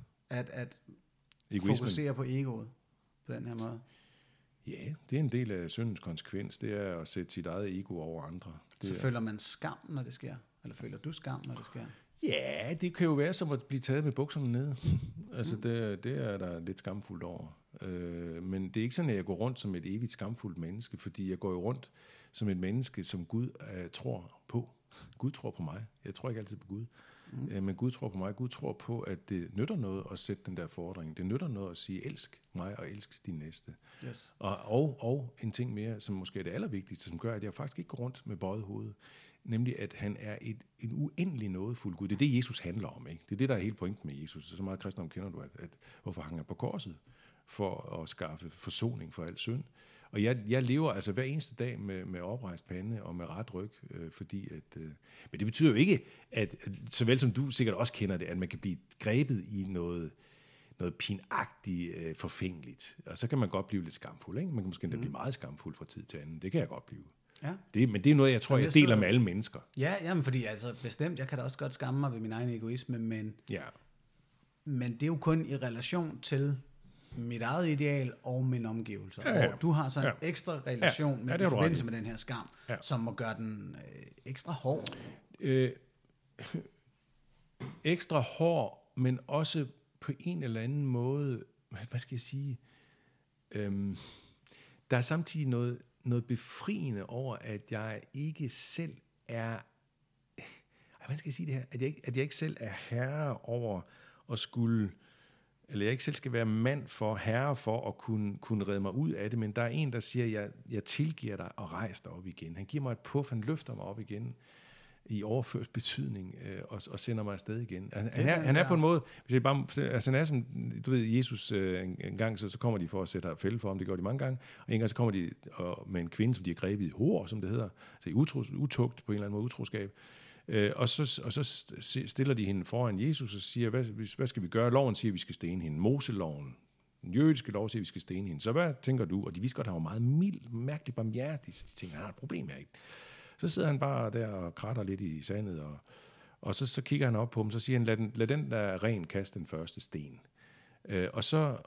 fokusere på egoet på den her måde? Ja, det er en del af syndens konsekvens. Det er at sætte sit eget ego over andre. Føler man skam, når det sker? Eller føler du skam, når det sker? Ja, det kan jo være som at blive taget med bukserne ned. Altså, det er der lidt skamfuldt over. Men det er ikke sådan, at jeg går rundt som et evigt skamfuldt menneske, fordi jeg går jo rundt som et menneske, som Gud tror på. Gud tror på mig. Jeg tror ikke altid på Gud. Men Gud tror på mig. Gud tror på, at det nytter noget at sætte den der fordring. Det nytter noget at sige, elsk mig og elsk din næste. Yes. Og en ting mere, som måske er det allervigtigste, som gør, at jeg faktisk ikke går rundt med bøjet hoved. Nemlig, at han er en uendelig nådefuld Gud. Det er det, Jesus handler om. Ikke? Det er det, der er helt pointen med Jesus. Så meget kristendom kender du, at hvorfor hang han på korset? For at skaffe forsoning for al synd. Og jeg lever altså hver eneste dag med oprejst pande og med ret ryg, fordi at... men det betyder jo ikke, at såvel som du sikkert også kender det, at man kan blive grebet i noget pinagtigt forfængeligt. Og så kan man godt blive lidt skamfuld. Ikke? Man kan måske endda blive meget skamfuld fra tid til anden. Det kan jeg godt blive. Ja. Men det er noget, jeg tror, jeg deler med alle mennesker. Ja, jamen, fordi altså bestemt, jeg kan da også godt skamme mig ved min egen egoisme, men det er jo kun i relation til mit eget ideal og min omgivelser. Ja. Hvor du har så en ekstra relation med i forbindelse med den her skam, som må gøre den ekstra hård. Ekstra hård, men også på en eller anden måde, hvad skal jeg sige, der er samtidig noget befriende over, at jeg ikke selv er hvordan skal jeg sige det her, at jeg ikke selv er herre over at skulle, eller jeg ikke selv skal være mand for, herre for at kunne redde mig ud af det, men der er en, der siger, jeg tilgiver dig og rejser dig op igen. Han giver mig et puff, han løfter mig op igen i overført betydning, og sender mig afsted igen. Han er på en måde, hvis jeg bare, altså han er som, du ved, Jesus en gang, så kommer de for at sætte fælde for ham, det gør de mange gange, og en gang så kommer de med en kvinde, som de har grebet i hår, som det hedder, altså utugt på en eller anden måde, utroskab, og så stiller de hende foran Jesus og siger, hvad skal vi gøre? Loven siger, at vi skal stene hende. Moseloven, den jødiske lov siger, at vi skal stene hende. Så hvad tænker du? Og de vidste godt, at han var meget mild, mærkeligt barmhjertig, så de tænker, han har et problem her, ikke? Så sidder han bare der og kratter lidt i sandet, og så kigger han op på dem, så siger han, lad den der ren kaste den første sten. Og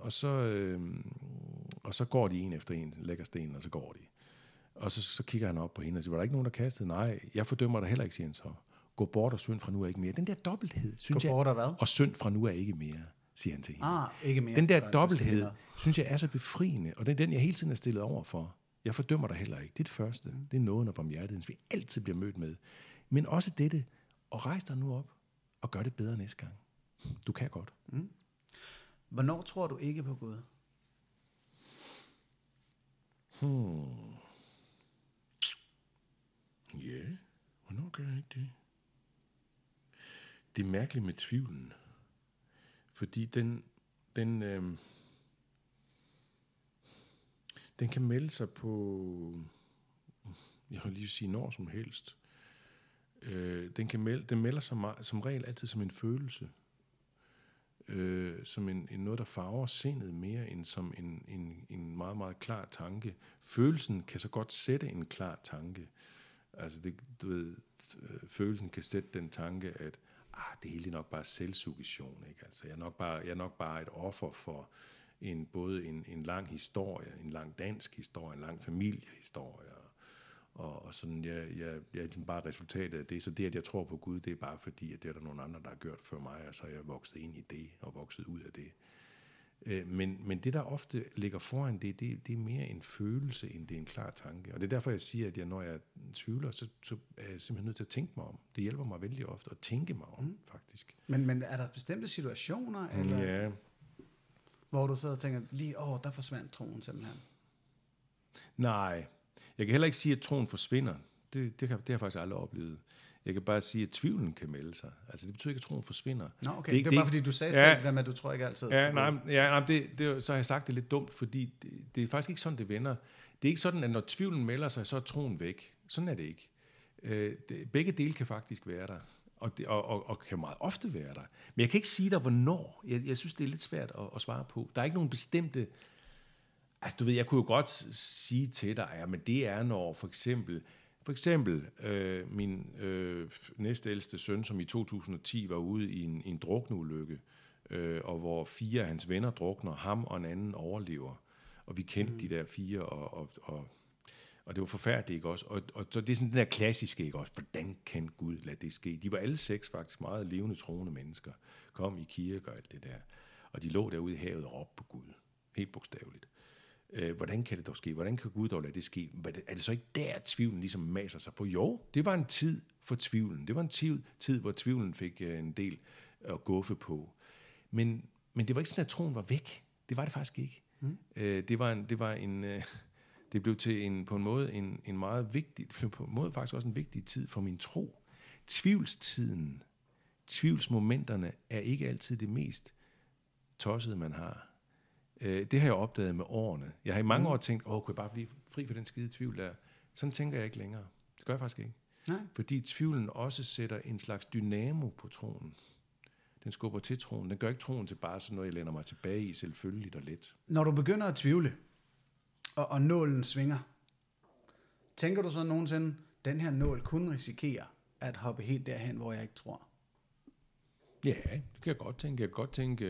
så går de en efter en, lægger stenen, og så går de. Og så kigger han op på hende og siger, var der ikke nogen, der kastede? Nej, jeg fordømmer dig heller ikke, siger han så. Gå bort og synd fra nu er ikke mere. Den der dobbelthed, synes jeg, og synd fra nu er ikke mere, siger han til hende. Ikke mere. Den der dobbelthed, synes jeg er så befriende, og det er den, jeg hele tiden er stillet over for. Jeg fordømmer dig heller ikke. Det er det første. Det er nåden og barmhjertigheden, som vi altid bliver mødt med. Men også dette, og rejs dig nu op, og gør det bedre næste gang. Du kan godt. Mm. Hvornår tror du ikke på Gud? Ja, hvornår gør jeg ikke det? Det er mærkeligt med tvivlen. Fordi den kan melde sig på, jeg vil lige sige når som helst. Den melder sig som regel altid som en følelse. Som en noget, der farver sindet mere end som en meget, meget klar tanke. Følelsen kan så godt sætte en klar tanke. Altså, du ved, følelsen kan sætte den tanke, at det hele er nok bare selvsuggestion, ikke? Altså, jeg er nok bare et offer for både en lang historie, en lang dansk historie, en lang familiehistorie, og sådan, jeg er bare resultatet af det. Så det, at jeg tror på Gud, det er bare fordi, at det er der nogle andre, der har gjort før mig, og så er jeg vokset ind i det, og vokset ud af det. Men det, der ofte ligger foran det er mere en følelse, end det er en klar tanke. Og det er derfor, jeg siger, at når jeg tvivler, så er jeg simpelthen nødt til at tænke mig om. Det hjælper mig vældig ofte at tænke mig om, faktisk. Men er der bestemte situationer, eller, ja, hvor du sidder og tænker, lige der forsvandt troen simpelthen? Nej, jeg kan heller ikke sige, at troen forsvinder. Det har jeg faktisk aldrig oplevet. Jeg kan bare sige, at tvivlen kan melde sig. Altså, det betyder ikke, at troen forsvinder. Nå, okay. Det er bare fordi, du sagde selv, at du tror ikke altid. Så har jeg sagt det lidt dumt, fordi det er faktisk ikke sådan, det vender. Det er ikke sådan, at når tvivlen melder sig, så er troen væk. Sådan er det ikke. Begge dele kan faktisk være der, og kan meget ofte være der. Men jeg kan ikke sige dig, hvornår. Jeg synes, det er lidt svært at svare på. Der er ikke nogen bestemte. Altså, du ved, jeg kunne jo godt sige til dig, men det er, når for eksempel min næstældste søn, som i 2010 var ude i en drukneulykke, og hvor 4 af hans venner drukner, ham og en anden overlever. Og vi kendte de der 4, og det var forfærdeligt, ikke også? Og så det er sådan den der klassiske, ikke også? Hvordan kan Gud lade det ske? De var alle 6 faktisk meget levende, troende mennesker. Kom i kirke og alt det der. Og de lå derude i havet og råbte på Gud. Helt bogstaveligt. Hvordan kan det dog ske? Hvordan kan Gud dog lade det ske? Er det så ikke der, tvivlen ligesom maser sig på? Jo, det var en tid for tvivlen. Det var en tid, hvor tvivlen fik en del at guffe på. Men det var ikke sådan, at troen var væk. Det var det faktisk ikke. Det blev til på en måde en meget vigtig, på en måde faktisk også en vigtig tid for min tro. Tvivlsmomenterne er ikke altid det mest tossede, man har. Det har jeg opdaget med årene. Jeg har i mange år tænkt, kunne jeg bare blive fri for den skide tvivl der? Sådan tænker jeg ikke længere. Det gør jeg faktisk ikke. Nej. Fordi tvivlen også sætter en slags dynamo på troen. Den skubber til troen. Den gør ikke troen til bare sådan noget, jeg læner mig tilbage i, selvfølgeligt og let. Når du begynder at tvivle, og nålen svinger, tænker du så nogensinde, den her nål kunne risikere at hoppe helt derhen, hvor jeg ikke tror? Ja, det kan jeg godt tænke. Jeg kan godt tænke,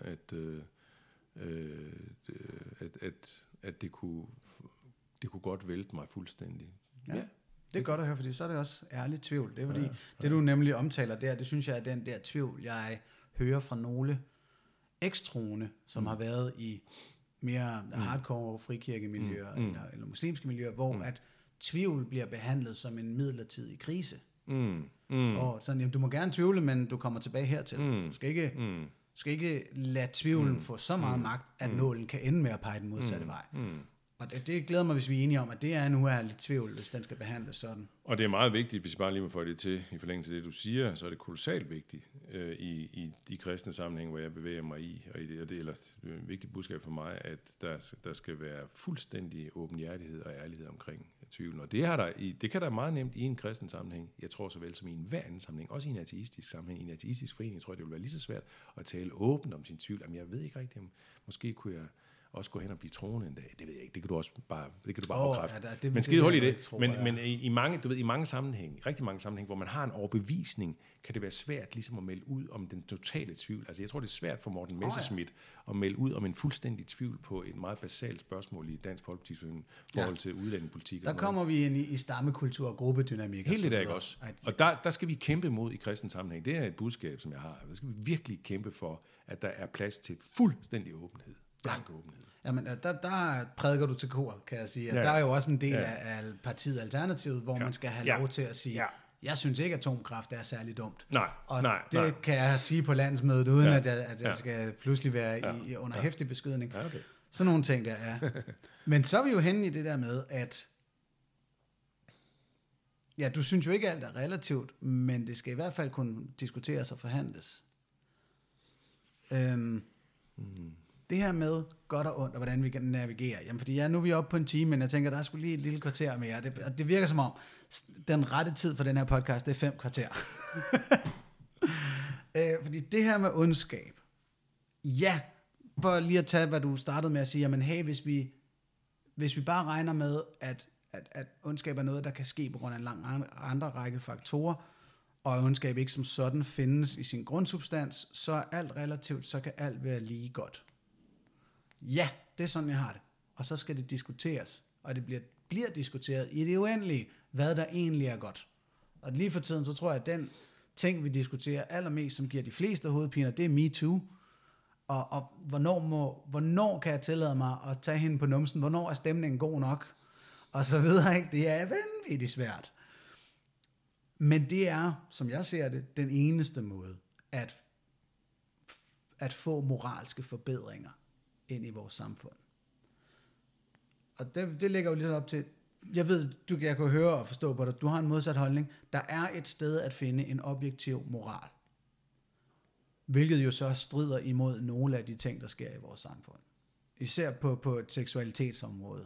at det kunne godt vælte mig fuldstændig. Ja. Det er godt at høre, fordi så er det også ærlig tvivl. Det er fordi, det du nemlig omtaler der, det synes jeg er den der tvivl, jeg hører fra nogle ekstroende, som har været i mere hardcore frikirkemiljøer eller muslimske miljøer, hvor at tvivl bliver behandlet som en midlertidig krise. Og sådan, jamen, du må gerne tvivle, men du kommer tilbage hertil. Du skal ikke lade tvivlen få så meget magt, at nålen kan ende med at pege den modsatte vej. Og det glæder mig, hvis vi er enige om, at det er en uærlig tvivl, hvis den skal behandles sådan. Og det er meget vigtigt, hvis jeg bare lige må få det til, i forlængelse af det, du siger, så er det kolossalt vigtigt i de kristne sammenhæng, hvor jeg bevæger mig i, og det er et vigtigt budskab for mig, at der skal være fuldstændig åbenhjertighed og ærlighed omkring tvivlen. Og det kan der meget nemt i en kristen sammenhæng, jeg tror såvel som i en hver anden sammenhæng, også i en ateistisk sammenhæng, i en ateistisk forening, tror jeg, det vil være lige så svært at tale åbent om sin tvivl. Jamen, jeg ved ikke rigtigt, måske kunne jeg også gå hen og blive troende en dag. Det ved jeg ikke. Det kan du også bare, afkræfte. Men skide hul i det. Men i mange sammenhænge, rigtig mange sammenhænge, hvor man har en overbevisning, kan det være svært ligesom at melde ud om den totale tvivl. Altså jeg tror, det er svært for Morten Messerschmidt at melde ud om en fuldstændig tvivl på et meget basalt spørgsmål i Dansk Folkepartis forhold til udlændingepolitik. Der kommer vi ind i stammekultur og gruppedynamik. Helt det der, ikke også? Og der skal vi kæmpe mod i kristen sammenhæng. Det er et budskab, som jeg har. Der skal vi virkelig kæmpe for, at der er plads til fuldstændig åbenhed. Blank åbenhed. Jamen, der prædiker du til koret, kan jeg sige. Der er jo også en del af partiet Alternativet, hvor man skal have lov til at sige, jeg synes ikke, at atomkraft er særlig dumt. Nej. Kan jeg sige på landsmødet, uden at jeg skal pludselig være under heftig beskydning. Ja, okay. Sådan nogle ting, der er. Men så er vi jo henne i det der med, at du synes jo ikke, alt er relativt, men det skal i hvert fald kunne diskuteres og forhandles. Det her med godt og ondt, og hvordan vi kan navigere. Jamen, fordi nu er vi oppe på en time, men jeg tænker, der er sgu lige et lille kvarter mere. Det virker som om, den rette tid for den her podcast, det er 5 kvarter. Fordi det her med ondskab. Ja, for lige at tage, hvad du startede med at sige, jamen hey, hvis vi bare regner med, at ondskab er noget, der kan ske på grund af en lang andre række faktorer, og ondskab ikke som sådan findes i sin grundsubstans, så er alt relativt, så kan alt være lige godt. Ja, det er sådan, jeg har det. Og så skal det diskuteres. Og det bliver diskuteret i det uendelige, hvad der egentlig er godt. Og lige for tiden, så tror jeg, at den ting, vi diskuterer allermest, som giver de fleste hovedpiner, det er MeToo. Og hvornår kan jeg tillade mig at tage hende på numsen? Hvornår er stemningen god nok? Og så videre, ikke? Det er vanvittigt svært. Men det er, som jeg ser det, den eneste måde at få moralske forbedringer ind i vores samfund. Og det ligger jo ligesom op til, jeg ved, jeg kan høre og forstå på dig, du har en modsat holdning. Der er et sted at finde en objektiv moral. Hvilket jo så strider imod nogle af de ting, der sker i vores samfund. Især på et seksualitetsområde.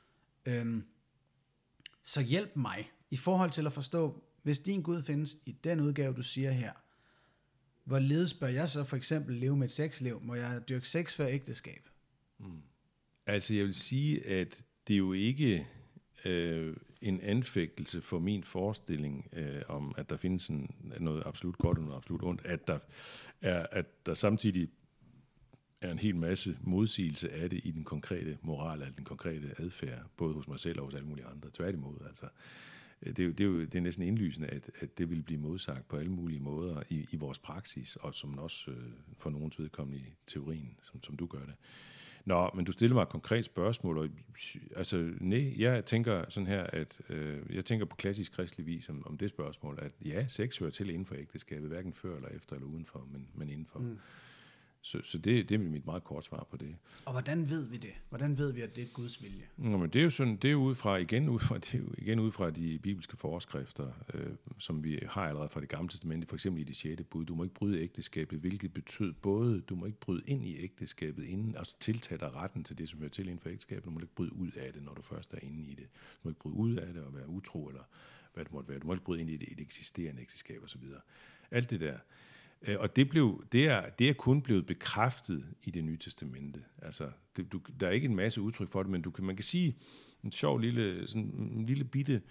Så hjælp mig i forhold til at forstå, hvis din Gud findes i den udgave, du siger her, hvorledes bør jeg så for eksempel leve med et sexliv? Må jeg dyrke sex før ægteskab? Altså jeg vil sige, at det er jo ikke en anfægtelse for min forestilling om, at der findes noget absolut godt og noget absolut ondt, at der samtidig er en hel masse modsigelse af det i den konkrete moral, eller den konkrete adfærd, både hos mig selv og hos alle mulige andre. Tværtimod, altså. Det er næsten indlysende, at det vil blive modsagt på alle mulige måder i vores praksis, og som også for nogens vedkommende i teorien, som du gør det. Nå, men du stiller mig et konkret spørgsmål, og altså, jeg tænker sådan her, at jeg tænker på klassisk kristelig vis om det spørgsmål, at ja, sex hører til inden for ægteskabet, hverken før eller efter eller udenfor, men indenfor. Så det er mit meget kort svar på det. Og hvordan ved vi det? Hvordan ved vi, at det er Guds vilje? Nå, men det er jo sådan, det er igen ud fra de bibelske forskrifter, som vi har allerede fra det gamle testamente, for eksempel i det 6. bud. Du må ikke bryde ægteskabet, hvilket betød både, du må ikke bryde ind i ægteskabet inden, altså tiltage dig retten til det, som hører til inden for ægteskabet. Du må ikke bryde ud af det, når du først er inde i det. Du må ikke bryde ud af det og være utro, eller hvad det måtte være. Du må ikke bryde ind i et eksisterende ægteskab osv. Alt det der. Og det er kun blevet bekræftet i det nye testamente. Altså, der er ikke en masse udtryk for det, men man kan sige en sjov lille bitte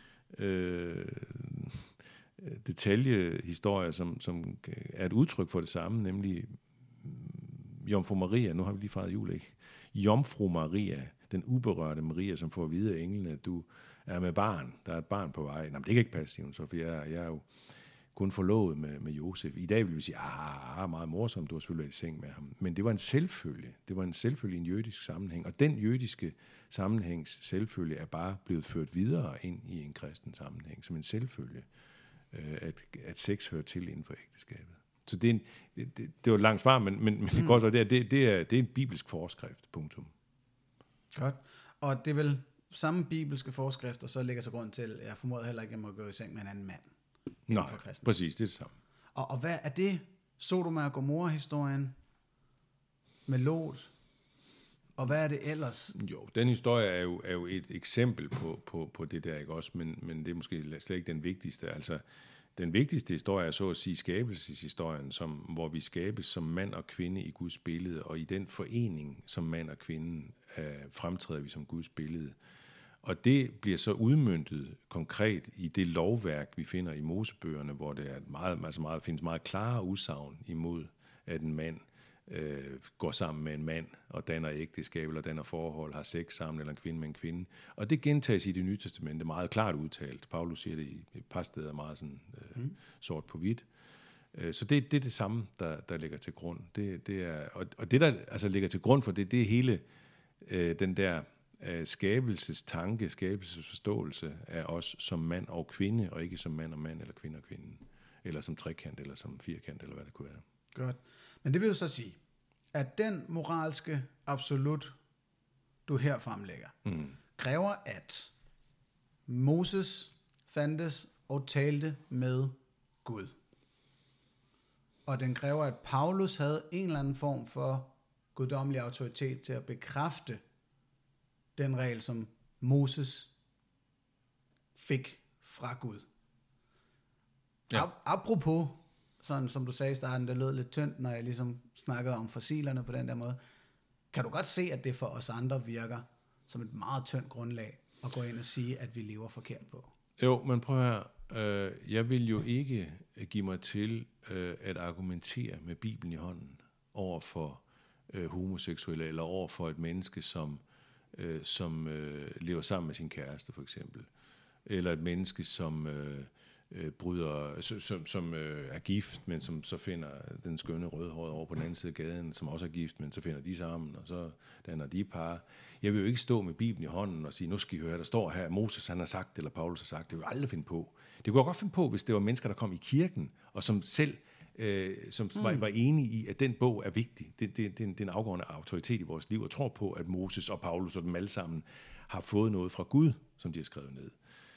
detaljehistorie, som er et udtryk for det samme, nemlig Jomfru Maria. Nu har vi lige fejret jul, ikke? Jomfru Maria, den uberørte Maria, som får at vide af englene, at du er med barn. Der er et barn på vej. Nå, men det kan ikke passe, siger hun så, for jeg er jo kun forlovet med Josef. I dag vil vi sige, meget morsomt, du har selvfølgelig været i seng med ham. Men det var en selvfølge. Det var en selvfølge i en jødisk sammenhæng. Og den jødiske sammenhængs selvfølge er bare blevet ført videre ind i en kristen sammenhæng, som en selvfølge. at sex hører til inden for ægteskabet. Så det var et langt svar, men det går så det er en bibelsk forskrift, punktum. Godt. Og det er vel samme bibelske forskrifter, så ligger så grund til, jeg formoder heller ikke, at jeg må gå i seng med en anden mand. Nej, præcis, det er det samme. Og hvad er det? Sodoma og Gomorra-historien med Lot? Og hvad er det ellers? Jo, den historie er jo et eksempel på det der, ikke også? Men det er måske slet ikke den vigtigste. Altså, den vigtigste historie er så at sige skabelseshistorien, hvor vi skabes som mand og kvinde i Guds billede, og i den forening som mand og kvinde fremtræder vi som Guds billede. Og det bliver så udmøntet konkret i det lovværk, vi finder i Mosebøgerne, hvor det er findes meget klare udsagn imod, at en mand går sammen med en mand og danner ægteskab eller danner forhold, har sex sammen, eller en kvinde med en kvinde. Og det gentages i Det Nye Testamente meget klart udtalt. Paulus siger det i et par steder meget sådan, sort på hvidt. Så det er det samme, der ligger til grund. Det er, og det, der altså ligger til grund for det er hele den der skabelsestanke, skabelsesforståelse af os som mand og kvinde, og ikke som mand og mand, eller kvinde og kvinde, eller som trekant, eller som firkant, eller hvad det kunne være. Godt. Men det vil jo så sige, at den moralske absolut, du her fremlægger, kræver, at Moses fandtes og talte med Gud. Og den kræver, at Paulus havde en eller anden form for guddommelig autoritet til at bekræfte den regel, som Moses fik fra Gud. Ja. Apropos, sådan som du sagde i starten, det lød lidt tyndt, når jeg ligesom snakkede om fossilerne på den der måde. Kan du godt se, at det for os andre virker som et meget tyndt grundlag at gå ind og sige, at vi lever forkert på? Jo, men prøv her. Jeg vil jo ikke give mig til at argumentere med Bibelen i hånden over for homoseksuelle, eller over for et menneske, som lever sammen med sin kæreste, for eksempel. Eller et menneske, som er gift, men som så finder den skønne rødhårede over på den anden side af gaden, som også er gift, men så finder de sammen, og så danner de par. Jeg vil jo ikke stå med Bibelen i hånden og sige, nu skal I høre, der står her, Moses han har sagt, eller Paulus har sagt, det vil jeg aldrig finde på. Det kunne jeg godt finde på, hvis det var mennesker, der kom i kirken, og som selv var enige i, at den bog er vigtig. Det er en afgørende autoritet i vores liv, og tror på, at Moses og Paulus og dem alle sammen har fået noget fra Gud, som de har skrevet ned.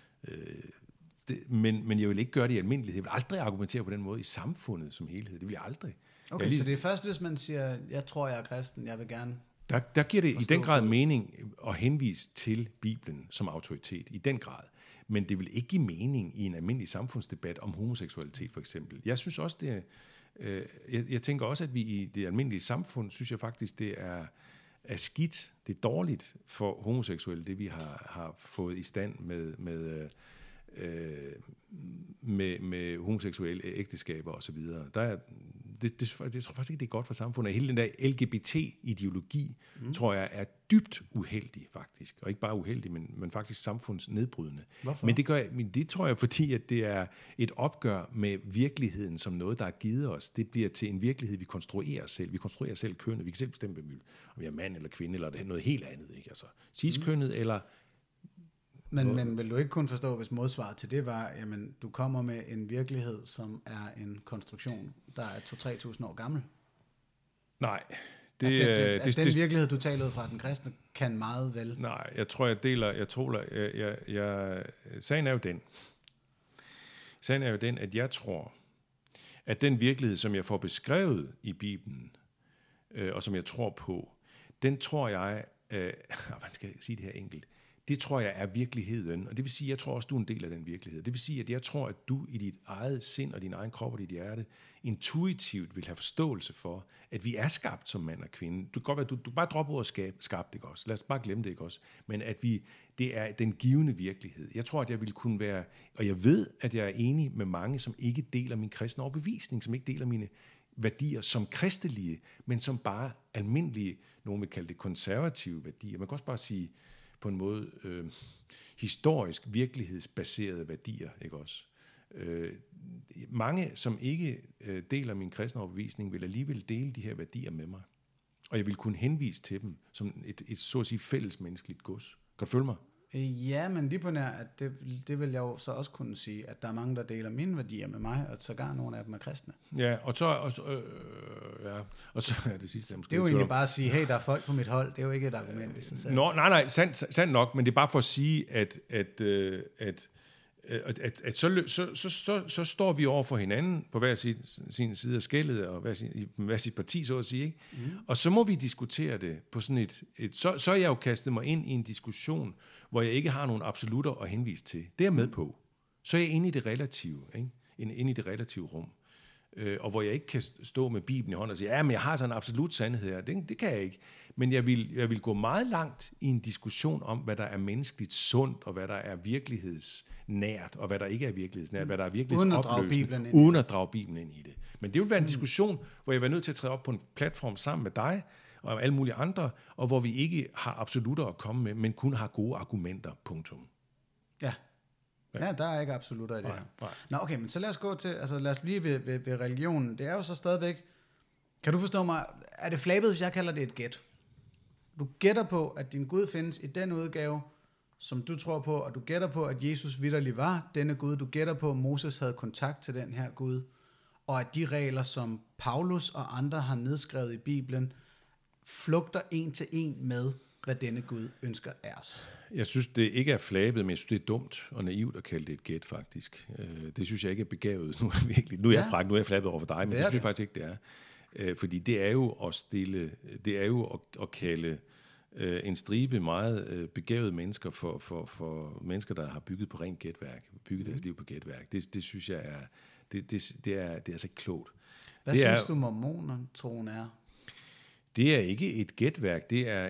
Men jeg vil ikke gøre det i almindelighed. Jeg vil aldrig argumentere på den måde i samfundet som helhed. Det vil jeg aldrig. Okay, så det er først, hvis man siger, jeg tror, jeg er kristen, jeg vil gerne... Der giver det i den grad mening at henvise til Bibelen som autoritet, i den grad. Men det vil ikke give mening i en almindelig samfundsdebat om homoseksualitet, for eksempel. Jeg synes også, det er... Jeg tænker også, at vi i det almindelige samfund, synes jeg faktisk, det er skidt. Det er dårligt for homoseksuelle, det vi har fået i stand med homoseksuelle ægteskaber og så videre. Det tror jeg faktisk ikke, det er godt for samfundet. Hele den der LGBT-ideologi, tror jeg, er dybt uheldig faktisk. Og ikke bare uheldig, men faktisk samfundsnedbrydende. Hvorfor? Men det tror jeg, fordi at det er et opgør med virkeligheden som noget, der er givet os. Det bliver til en virkelighed, vi konstruerer selv. Vi konstruerer selv kønnet. Vi kan selv bestemme, om vi er mand eller kvinde, eller det er noget helt andet. Ikke? Altså cis-kønnet eller... Men vil du ikke kun forstå, hvis modsvaret til det var, jamen, du kommer med en virkelighed, som er en konstruktion, der er 2-3.000 år gammel? Nej. Den virkelighed, du taler ud fra den kristne, kan meget vel... Nej, jeg tror, sagen er jo den, at jeg tror, at den virkelighed, som jeg får beskrevet i Bibelen, og som jeg tror på, den tror jeg... hvordan skal jeg sige det her enkelt? Det tror jeg er virkeligheden, og det vil sige, at jeg tror også, du er en del af den virkelighed. Det vil sige, at jeg tror, at du i dit eget sind og din egen krop og dit hjerte intuitivt vil have forståelse for, at vi er skabt som mand og kvinde. Du kan godt være, du bare dropper ordet skabt, ikke også? Lad os bare glemme det, ikke også? Men at det er den givende virkelighed. Jeg tror, at jeg vil kunne være, og jeg ved, at jeg er enig med mange, som ikke deler min kristne overbevisning, som ikke deler mine værdier som kristelige, men som bare almindelige, nogen vil kalde det konservative værdier. Man kan også bare sige, på en måde historisk, virkelighedsbaserede værdier, ikke også? Mange, som ikke deler min kristne overbevisning, vil alligevel dele de her værdier med mig. Og jeg vil kunne henvise til dem som et så at sige fællesmenneskeligt gods. Kan du følge mig? Ja, men lige på nær, at det vil jeg jo så også kunne sige, at der er mange, der deler mine værdier med mig, og sågar nogle af dem er kristne. Ja, og så er det sidste. Det er jo egentlig bare at sige, hey, der er folk på mit hold. Det er jo ikke et argument i sig selv. Nej, sandt nok, men det er bare for at sige, at så står vi over for hinanden på hver sin side af skellet og hver sit parti, så at sige. Ikke? Mm. Og så må vi diskutere det på sådan så er jeg jo kastet mig ind i en diskussion, hvor jeg ikke har nogen absolutter at henvise til. Det er jeg med på. Så er jeg inde i det relative, ikke? Inde i det relative rum. Og hvor jeg ikke kan stå med Bibelen i hånden og sige, ja, men jeg har sådan en absolut sandhed her. Det kan jeg ikke. Men jeg vil gå meget langt i en diskussion om, hvad der er menneskeligt sundt, og hvad der er virkelighedsnært, og hvad der ikke er virkelighedsnært, hvad der er virkelighedsopløsende, uden at drage Bibelen ind i det. Men det vil være en diskussion, hvor jeg vil nødt til at træde op på en platform sammen med dig, og alle mulige andre, og hvor vi ikke har absolutter at komme med, men kun har gode argumenter, punktum. Ja. Ja, der er ikke absolutter i det her. Nej. Nå, okay, men så lad os gå til, lad os blive ved religionen. Det er jo så stadigvæk, kan du forstå mig, er det flabet, hvis jeg kalder det et gæt? Du gætter på, at din Gud findes i den udgave, som du tror på, og du gætter på, at Jesus vitterlig var denne Gud. Du gætter på, at Moses havde kontakt til den her Gud, og at de regler, som Paulus og andre har nedskrevet i Bibelen, flugter en til en med, hvad denne Gud ønsker af os. Jeg synes, det ikke er flabet, men jeg synes, det er dumt og naivt at kalde det et gæt, faktisk. Det synes jeg ikke er begavet. Nu er jeg fræk, nu er jeg flabet over for dig, men det synes jeg faktisk ikke, det er. Fordi det er jo at kalde en stribe meget begavede mennesker for mennesker, der har bygget på rent gætværk, bygget deres liv på gætværk. Det synes jeg er, det er altså ikke klogt. Hvad synes du, mormoner-troen er? Det er ikke et gætværk, det er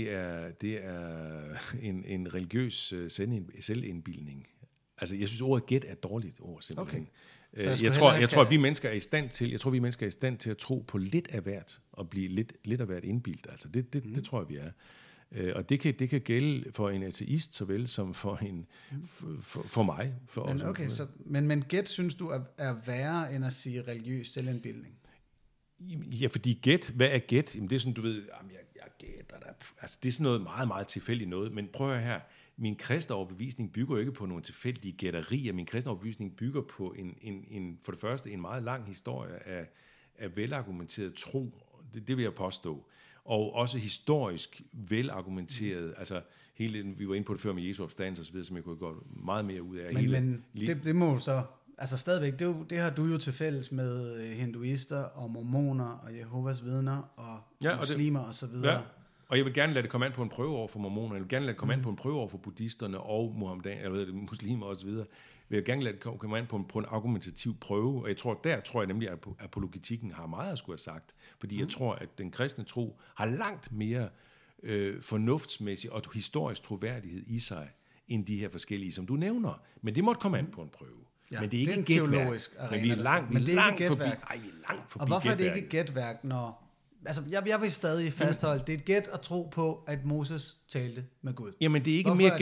en religiøs selvindbildning. Altså, jeg synes, ordet gæt er et dårligt ord, simpelthen. Okay. Jeg tror, at vi mennesker er i stand til at tro på lidt af hvert, og blive lidt af hvert indbildt. Altså, det tror jeg, vi er. Og det kan gælde for en ateist, såvel som for for mig. Men gæt, synes du, er værre end at sige religiøs selvindbildning? Ja, fordi gæt, hvad er gæt? Jamen, det er sådan, du ved, jeg gætter der. Altså, det er sådan noget meget, meget tilfældigt noget. Men prøv at høre her. Min kristne overbevisning bygger jo ikke på nogle tilfældige gætterier. Min kristne overbevisning bygger på for det første en meget lang historie af velargumenteret tro. Det vil jeg påstå. Og også historisk velargumenteret. Altså, vi var inde på det før med Jesu opstandelse og så videre, som jeg kunne gå meget mere ud af. Men det må så... Altså stadigvæk, det har du jo til fælles med hinduister og mormoner og Jehovas vidner og muslimer og så videre. Ja. Og jeg vil gerne lade det komme an på en prøve over for mormoner, jeg vil gerne lade det komme an på en prøve over for buddhisterne og muslimer og så videre. Jeg vil gerne lade det komme an på en argumentativ prøve, og jeg tror nemlig, at apologetikken har meget at skulle have sagt, fordi jeg tror, at den kristne tro har langt mere fornuftsmæssig og historisk troværdighed i sig, end de her forskellige, som du nævner. Men det måtte komme an på en prøve. Ja, men det er ikke et gætværk. Men vi er langt forbi. Og hvorfor er det ikke et gætværk, når... Altså, jeg vil stadig fastholde, det er et gæt at tro på, at Moses talte med Gud. Jamen, det er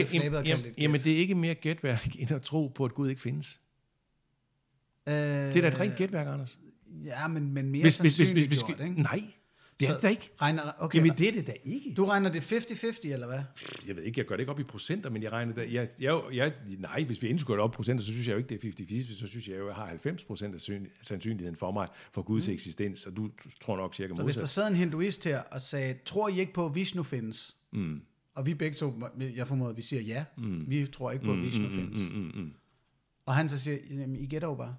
ikke mere gætværk, end at tro på, at Gud ikke findes. Det er da et rent gætværk, Anders. Ja, men mere sandsynligt gjort, ikke? Nej. Det er det da ikke. Okay, jamen, det er det da ikke. Du regner det 50-50, eller hvad? Jeg ved ikke, jeg gør det ikke op i procenter, men jeg regner det... Nej, hvis vi endelig gør det op i procenter, så synes jeg jo ikke, det er 50-50, så synes jeg jo, jeg har 90% af sandsynligheden for mig, for Guds eksistens, og du tror nok cirka modsat. Så hvis der sad en hinduist her og sagde, tror I ikke på, at Vishnu findes? Og vi begge to, jeg formoder, at vi siger ja, vi tror ikke på, at Vishnu findes. Og han så siger, jamen, I gætter jo bare.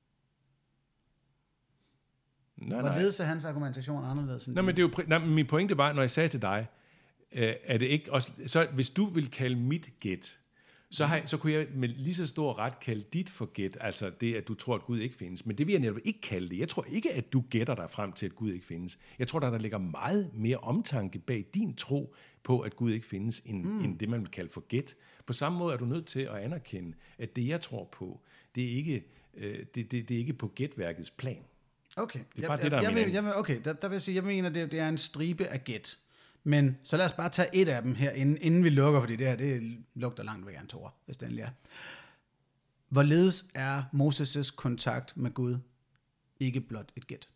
Hvorledes er hans argumentation anderledes end min pointe var, når jeg sagde til dig, er det ikke også, så hvis du vil kalde mit gæt, så kunne jeg med lige så stor ret kalde dit for gæt, altså det, at du tror, at Gud ikke findes. Men det vil jeg netop ikke kalde det. Jeg tror ikke, at du gætter dig frem til, at Gud ikke findes. Jeg tror, der ligger meget mere omtanke bag din tro på, at Gud ikke findes, end det, man vil kalde for gæt. På samme måde er du nødt til at anerkende, at det, jeg tror på, det er ikke på gætværkets plan. Okay, det er bare det, der der vil jeg sige, jeg mener, det er en stribe af gæt. Men så lad os bare tage et af dem her, inden vi lukker, fordi det her, det lugter langt væk af en tår, hvis det endelig er. Hvorledes er Moses' kontakt med Gud ikke blot et gæt?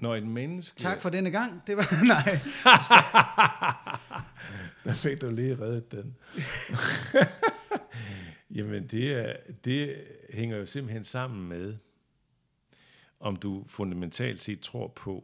Når et menneske... Tak for denne gang. Det var... Nej. Der fik du lige reddet den. Jamen, det hænger jo simpelthen sammen med, om du fundamentalt set tror på,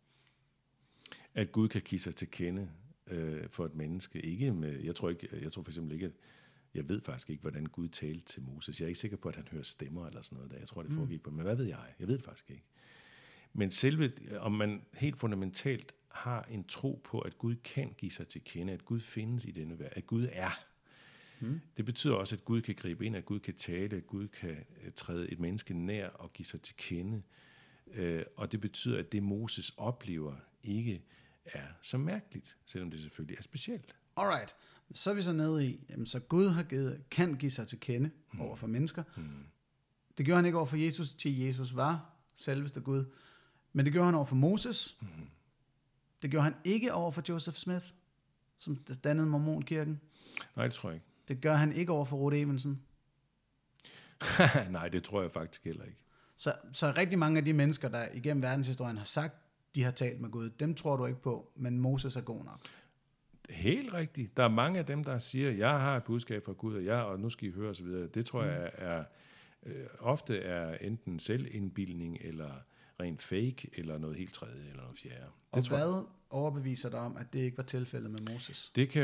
at Gud kan give sig til kende for et menneske. Ikke med, jeg tror for eksempel ikke, jeg ved faktisk ikke, hvordan Gud talte til Moses. Jeg er ikke sikker på, at han hører stemmer eller sådan noget der. Jeg tror, det foregik på. Men hvad ved jeg? Jeg ved det faktisk ikke. Men selve, om man helt fundamentalt har en tro på, at Gud kan give sig til kende, at Gud findes i denne verden, at Gud er. Det betyder også, at Gud kan gribe ind, at Gud kan tale, at Gud kan træde et menneske nær og give sig til kende. Og det betyder, at det Moses oplever ikke er så mærkeligt, selvom det selvfølgelig er specielt. Alright. Så er vi så nede i, jamen, så Gud kan give sig til kende over for mennesker. Det gjorde han ikke over for Jesus, til Jesus var selveste Gud. Men det gjorde han over for Moses. Det gjorde han ikke over for Joseph Smith, som dannede Mormonkirken. Nej, det tror jeg ikke. Det gør han ikke over for Ruth Evensen. Nej, det tror jeg faktisk heller ikke. Så rigtig mange af de mennesker, der igennem verdenshistorien har sagt, de har talt med Gud, dem tror du ikke på, men Moses er god nok. Helt rigtigt. Der er mange af dem, der siger, jeg har et budskab fra Gud, og nu skal I høre osv. Det tror jeg er ofte er enten selvindbildning, eller rent fake, eller noget helt tredje, eller noget fjerde. Og hvad overbeviser dig om, at det ikke var tilfældet med Moses? Det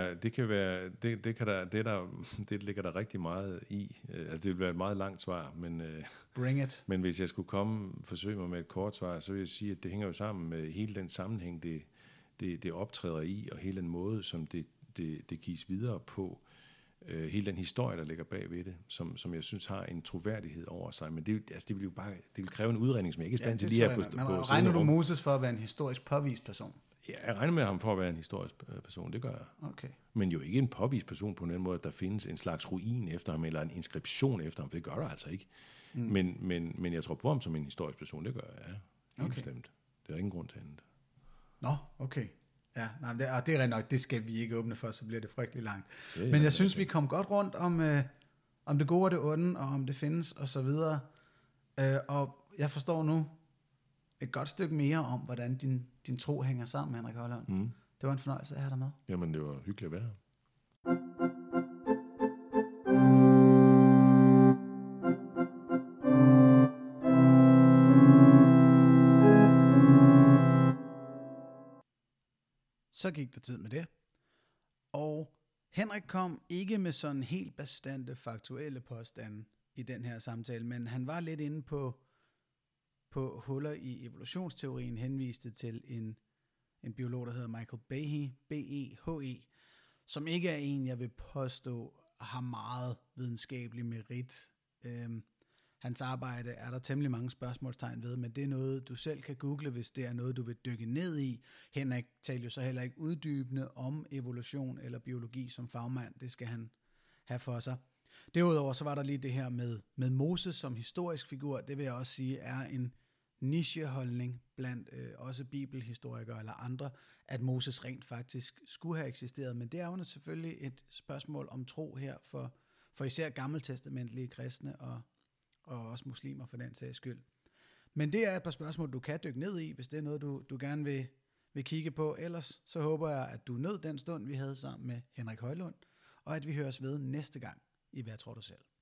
ligger der rigtig meget i. Altså det vil være et meget langt svar, men Bring it. Men hvis jeg skulle forsøge mig med et kort svar, så vil jeg sige, at det hænger jo sammen med hele den sammenhæng, det optræder i, og hele den måde, som det gives videre på. Hele den historie, der ligger bag ved det, som jeg synes har en troværdighed over sig. Men det vil kræve en udredning, som jeg ikke er i stand til lige her på. Men regner du Moses for at være en historisk påvist person? Ja, jeg regner med ham for at være en historisk person, det gør jeg. Okay. Men jo ikke en påvist person på den måde, at der findes en slags ruin efter ham, eller en inskription efter ham, for det gør der altså ikke. Men jeg tror på ham som en historisk person, det gør jeg, ja. Helt bestemt. Det er ingen grund til andet. Nå, okay. Ja, nej, det er rent nok, det skal vi ikke åbne for, så bliver det frygtelig langt. Men jeg synes, vi kom godt rundt om det gode og det onde, og om det findes, og så videre. Og jeg forstår nu et godt stykke mere om, hvordan din tro hænger sammen, Henrik Højlund. Det var en fornøjelse at have dig med. Jamen, det var hyggeligt at være her. Så gik der tid med det. Og Henrik kom ikke med sådan helt bastante faktuelle påstande i den her samtale, men han var lidt inde på huller i evolutionsteorien, henviste til en biolog, der hedder Michael Behe, B-E-H-E, som ikke er en, jeg vil påstå, har meget videnskabelig merit. Hans arbejde er der temmelig mange spørgsmålstegn ved, men det er noget, du selv kan google, hvis det er noget, du vil dykke ned i. Henrik taler jo så heller ikke uddybende om evolution eller biologi som fagmand. Det skal han have for sig. Derudover så var der lige det her med Moses som historisk figur. Det vil jeg også sige er en nicheholdning blandt også bibelhistorikere eller andre, at Moses rent faktisk skulle have eksisteret. Men det er jo selvfølgelig et spørgsmål om tro her for især gammeltestamentlige kristne og også muslimer for den sags skyld. Men det er et par spørgsmål, du kan dykke ned i, hvis det er noget, du gerne vil kigge på. Ellers så håber jeg, at du nød den stund, vi havde sammen med Henrik Højlund, og at vi høres ved næste gang i Hvad tror du selv?